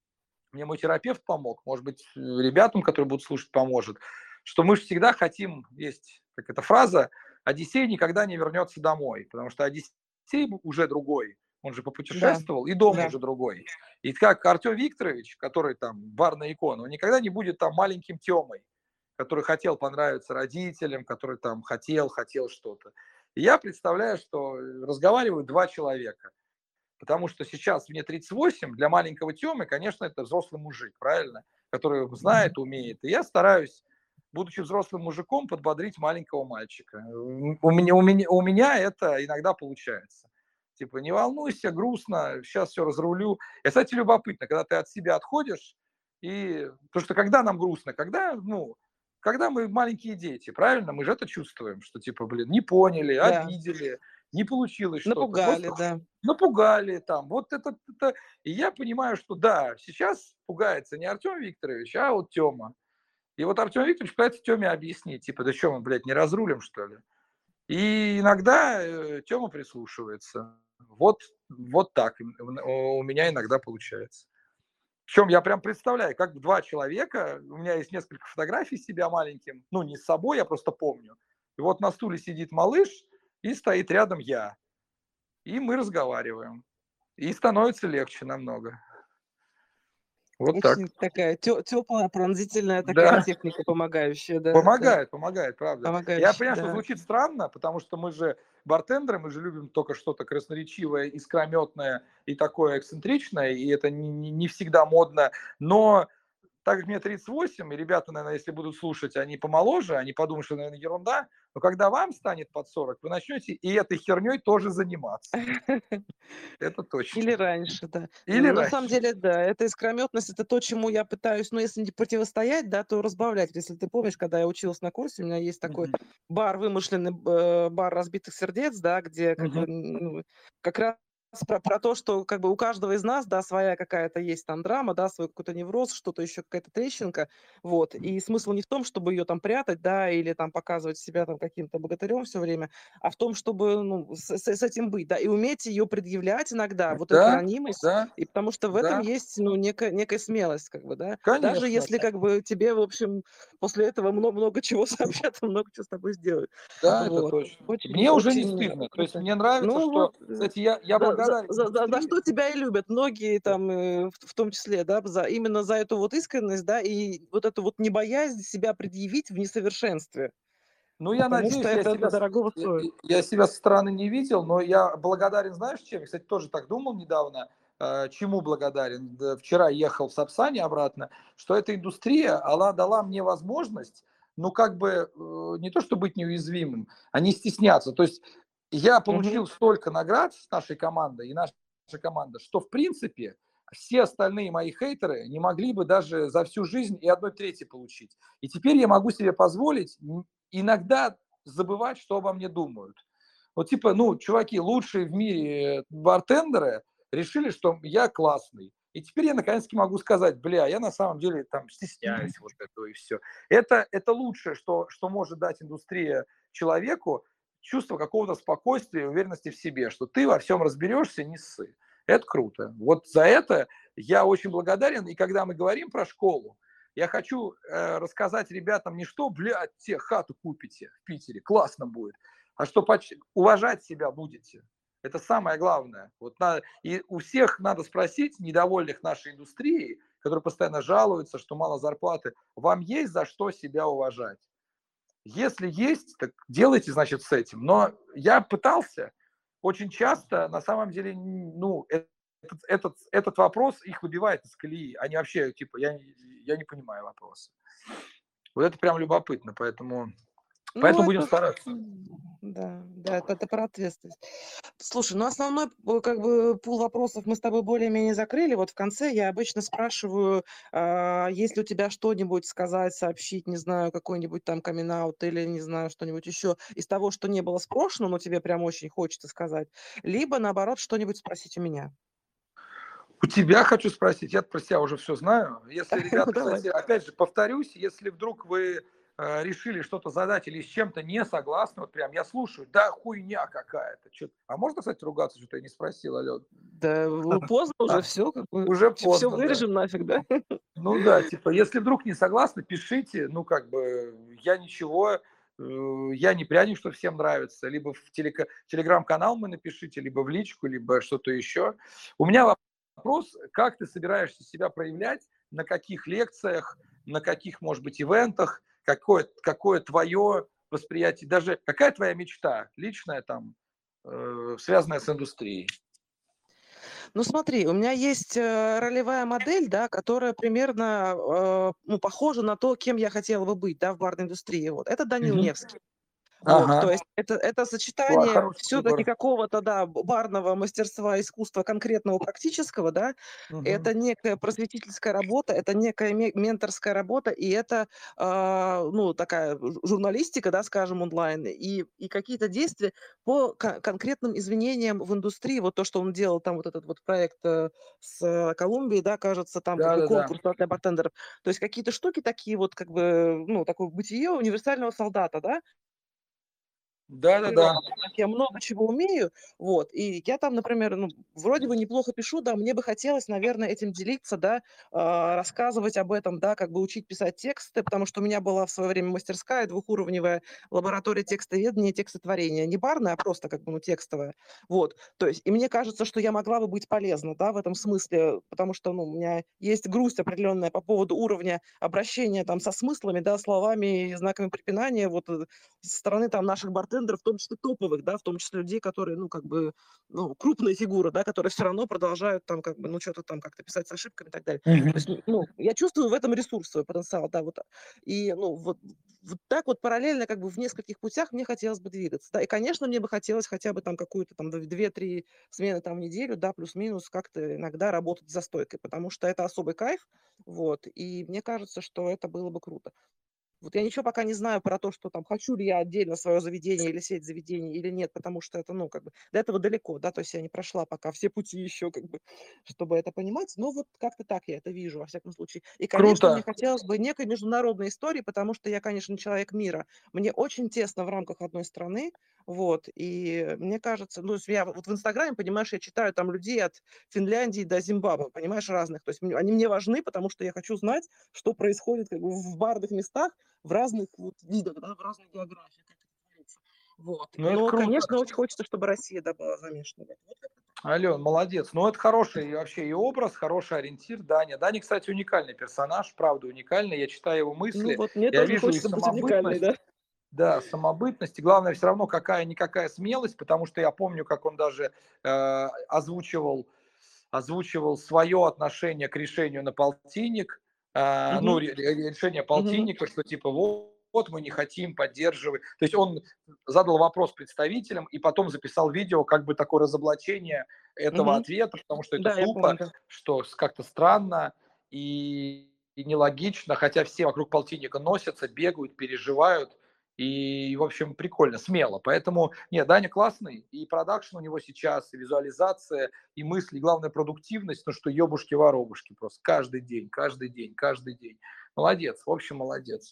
мне мой терапевт помог, может быть, ребятам, которые будут слушать, поможет, что мы же всегда хотим, есть как эта фраза, Одиссей никогда не вернется домой, потому что Одиссей уже другой, он же
Да,
попутешествовал, и дом
да.
уже другой. И как Артем Викторович, который там барная икона, он никогда не будет там маленьким Темой, который хотел понравиться родителям, который там хотел что-то. И я представляю, что разговаривают два человека. Потому что сейчас мне 38, для маленького Темы, конечно, это взрослый мужик, правильно? Который знает, умеет. И я стараюсь, будучи взрослым мужиком, подбодрить маленького мальчика. У меня это иногда получается. Типа, не волнуйся, грустно, сейчас все разрулю. И, кстати, любопытно, когда ты от себя отходишь, и... Потому что когда нам грустно? Когда мы маленькие дети, правильно? Мы же это чувствуем, что типа, блин, не поняли,
Да.
обидели, не получилось что-то. Вот
Напугали, да.
напугали там, вот это. И я понимаю, что да, сейчас пугается не Артем Викторович, а вот Тема. И вот Артем Викторович пытается Теме объяснить, типа, да что мы, блядь, не разрулим, что ли? И иногда Тема прислушивается. Вот так у меня иногда получается. Причем я прям представляю, как два человека, у меня есть несколько фотографий себя маленьким, ну, не с собой, я просто помню. И вот на стуле сидит малыш, и стоит рядом я. И мы разговариваем. И становится легче намного. Вот так.
Очень такая теплая, пронзительная такая
Да,
техника, помогающая, да, да,
помогает, помогает, правда. Я
помогающая,
понимаю, что
да.
звучит странно, потому что мы же бартендеры, мы же любим только что-то красноречивое, искрометное и такое эксцентричное, и это не всегда модно. Но так как мне 38, и ребята, наверное, если будут слушать, они помоложе, они подумают, что, наверное, ерунда, но когда вам станет под 40, вы начнете и этой херней тоже заниматься. Это
Или
точно.
раньше, да.
Или
На самом
раньше.
деле, да, эта искрометность — это то, чему я пытаюсь, ну, если не противостоять, да, то разбавлять. Если ты помнишь, когда я училась на курсе, у меня есть такой
Мгм.
бар, вымышленный бар разбитых сердец, да, где как бы,
Мгм.
ну, как раз про то, что как бы у каждого из нас, да, своя какая-то есть там драма, да, свой какой-то невроз, что-то еще, какая-то трещинка, вот. И смысл не в том, чтобы ее там прятать, да, или там показывать себя там каким-то богатырем все время, а в том, чтобы, ну, с этим быть, да, и уметь ее предъявлять иногда, вот эту
Да,
ранимость,
да,
и потому что в этом
да,
есть, ну, некая смелость, как бы, да. Даже
конечно.
если, как бы, тебе, в общем, после этого много чего сообщат и много чего с тобой сделают.
Да, это
Вот.
точно.
Очень
Мне уже не
очень
стыдно. То есть
круто.
мне нравится,
Ну вот,
что, кстати, я благодарен
за
индустрии.
что тебя и любят многие
Да.
там, в том числе, да, именно за эту вот искренность, да, и вот эту вот небоязнь себя предъявить в несовершенстве,
Ну, я
потому что
надеюсь,
это дорогого стоит.
я себя со стороны не видел, но я благодарен, знаешь, чем? Я, кстати, тоже так думал недавно. Чему благодарен? Да, вчера ехал в Сапсане обратно, что эта индустрия, она дала мне возможность, ну, как бы, не то, что быть неуязвимым, а не стесняться. То есть я
Мгм.
получил столько наград с нашей командой, и наша команда, что, в принципе, все остальные мои хейтеры не могли бы даже за всю жизнь и 1/3 получить. И теперь я могу себе позволить иногда забывать, что обо мне думают. Вот типа, ну, чуваки, лучшие в мире бартендеры решили, что я классный. И теперь я наконец-таки могу сказать, бля, я на самом деле там стесняюсь вот этого и все. Это лучшее, что может дать индустрия человеку, чувство какого-то спокойствия и уверенности в себе, что ты во всем разберешься, не ссы. Это круто. Вот за это я очень благодарен. И когда мы говорим про школу, я хочу рассказать ребятам не что, блядь, те хату купите в Питере, классно будет, а что уважать себя будете. Это самое главное. И у всех надо спросить, недовольных нашей индустрией, которые постоянно жалуются, что мало зарплаты, вам есть за что себя уважать? Если есть, так делайте, значит, с этим. Но я пытался, очень часто, на самом деле, ну, этот вопрос их выбивает из колеи. Они вообще, типа, я не понимаю вопроса. Вот это прям любопытно,
Ну,
поэтому будем
это,
стараться.
да, да, это про ответственность. Слушай, ну основной, как бы, пул вопросов мы с тобой более-менее закрыли. Вот в конце я обычно спрашиваю, есть ли у тебя что-нибудь сказать, сообщить, не знаю, какой-нибудь там камин-аут или, не знаю, что-нибудь еще из того, что не было спрошено, но тебе прям очень хочется сказать, либо, наоборот, что-нибудь спросить у меня.
У тебя хочу спросить, я про себя уже все знаю. Если,
Ну,
ребята,
давай.
кстати, опять же, повторюсь, если вдруг вы решили что-то задать или с чем-то не согласны, вот прям я слушаю, да хуйня какая-то. А можно, кстати, ругаться, что-то я не спросил, Ален?
Да, поздно уже, все, как бы,
Уже
все
поздно, да.
вырежем нафиг, да?
Ну да, типа, если вдруг не согласны, пишите, ну как бы, я ничего, я не пряник, что всем нравится, либо в телеграм-канал мы напишите, либо в личку, либо что-то еще. У меня вопрос, как ты собираешься себя проявлять, на каких лекциях, на каких, может быть, ивентах, какое твое восприятие, даже какая твоя мечта личная там, связанная с индустрией?
Ну смотри, у меня есть, ролевая модель, да, которая примерно, ну, похожа на то, кем я хотела бы быть, да, в барной индустрии. Вот. Это Данил
Мгм.
Невский. Вот,
Ага,
то есть это сочетание
хороший
все таки
выбор.
какого-то, да, барного мастерства, искусства конкретного, практического, да.
Мгм.
Это некая просветительская работа, это некая менторская работа, и это, ну, такая журналистика, да, скажем, онлайн, и какие-то действия по конкретным изменениям в индустрии. Вот то, что он делал, там вот этот вот проект, с Колумбией, да, кажется, там как бы
Да-да-да.
конкурс, да, для бартендеров. То есть какие-то штуки такие вот, как бы, ну, такое бытие универсального солдата, да.
Да-да-да.
природа, так я много чего умею, вот, и я там, например, ну, вроде бы неплохо пишу, да, мне бы хотелось, наверное, этим делиться, да, рассказывать об этом, да, как бы учить писать тексты, потому что у меня была в свое время мастерская двухуровневая лаборатория текстоведения и текстотворения, не барная, а просто как бы, ну, текстовая, вот, то есть, и мне кажется, что я могла бы быть полезна, да, в этом смысле, потому что, ну, у меня есть грусть определенная по поводу уровня обращения там со смыслами, да, словами и знаками препинания, вот, со стороны там наших бартендеров, в том числе топовых, да, в том числе людей, которые, ну, как бы, ну, крупные фигуры, да, которые все равно продолжают там, как бы, ну, что то там как-то писать с ошибками и так далее. То
Мгм.
есть, ну, я чувствую в этом ресурс свой, потенциал, да, вот. И, ну, вот так вот параллельно, как бы в нескольких путях мне хотелось бы двигаться, да. И, конечно, мне бы хотелось хотя бы там какую-то там 2-3 смены там в неделю, да, плюс-минус как-то иногда работать за стойкой, потому что это особый кайф, вот. И мне кажется, что это было бы круто. Вот я ничего пока не знаю про то, что там хочу ли я отдельно свое заведение или сеть заведений или нет, потому что это, ну, как бы до этого далеко, да, то есть я не прошла пока все пути еще, как бы, чтобы это понимать, но вот как-то так я это вижу, во всяком случае. И, конечно, мне
Круто.
хотелось бы некой международной истории, потому что я, конечно, человек мира. Мне очень тесно в рамках одной страны, вот, и мне кажется, ну, если я вот в Инстаграме, понимаешь, я читаю там людей от Финляндии до Зимбабве, понимаешь, разных, то есть они мне важны, потому что я хочу знать, что происходит как бы в барных местах, в разных вот видах, да, в разных географиях, как это творится. Вот.
Ну, это
Но,
круто.
конечно, очень хочется, чтобы Россия, да, была замешана в этом. Вот как-то так.
Ален, молодец. Ну, это хороший вообще и образ, хороший ориентир Даня. Даня, кстати, уникальный персонаж, правда уникальный. Я читаю его
Ну
мысли,
вот, мне
я
тоже
вижу и
хочется быть уникальной,
самобытность,
да.
да, самобытность. И главное, все равно какая-никакая смелость, потому что я помню, как он даже озвучивал свое отношение к решению на полтинник, ну,
Мгм,
решение
мгм,
полтинника, что типа вот мы не хотим поддерживать. То есть он задал вопрос представителям и потом записал видео, как бы такое разоблачение этого
мгм.
ответа, потому что это
Да, я
тупо,
помню, да.
что как-то странно и нелогично, хотя все вокруг полтинника носятся, бегают, переживают, и, в общем, прикольно, смело. Поэтому, нет, Даня классный, и продакшн у него сейчас, и визуализация, и мысли, и главное, продуктивность, ну что ебушки-воробушки просто каждый день, каждый день, каждый день. Молодец, в общем, молодец.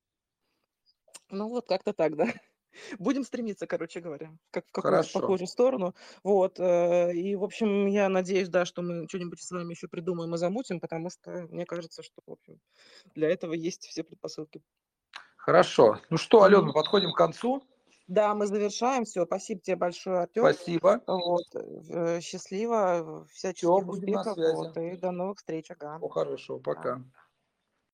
Ну вот как-то так, да. Будем стремиться, короче говоря, как в какую-то
Хорошо.
похожую сторону. Вот, и, в общем, я надеюсь, да, что мы что-нибудь с вами еще придумаем и замутим, потому что мне кажется, что, в общем, для этого есть все предпосылки.
Хорошо. Ну что, Ален,
Мгм.
мы подходим к концу.
Да, мы завершаем. Все, спасибо тебе большое, Артем.
Спасибо.
Вот, счастливо,
Все,
всяческих
будем на
успехов,
связи.
вот, и до новых встреч. Ага.
Всего хорошего.
Да.
Пока.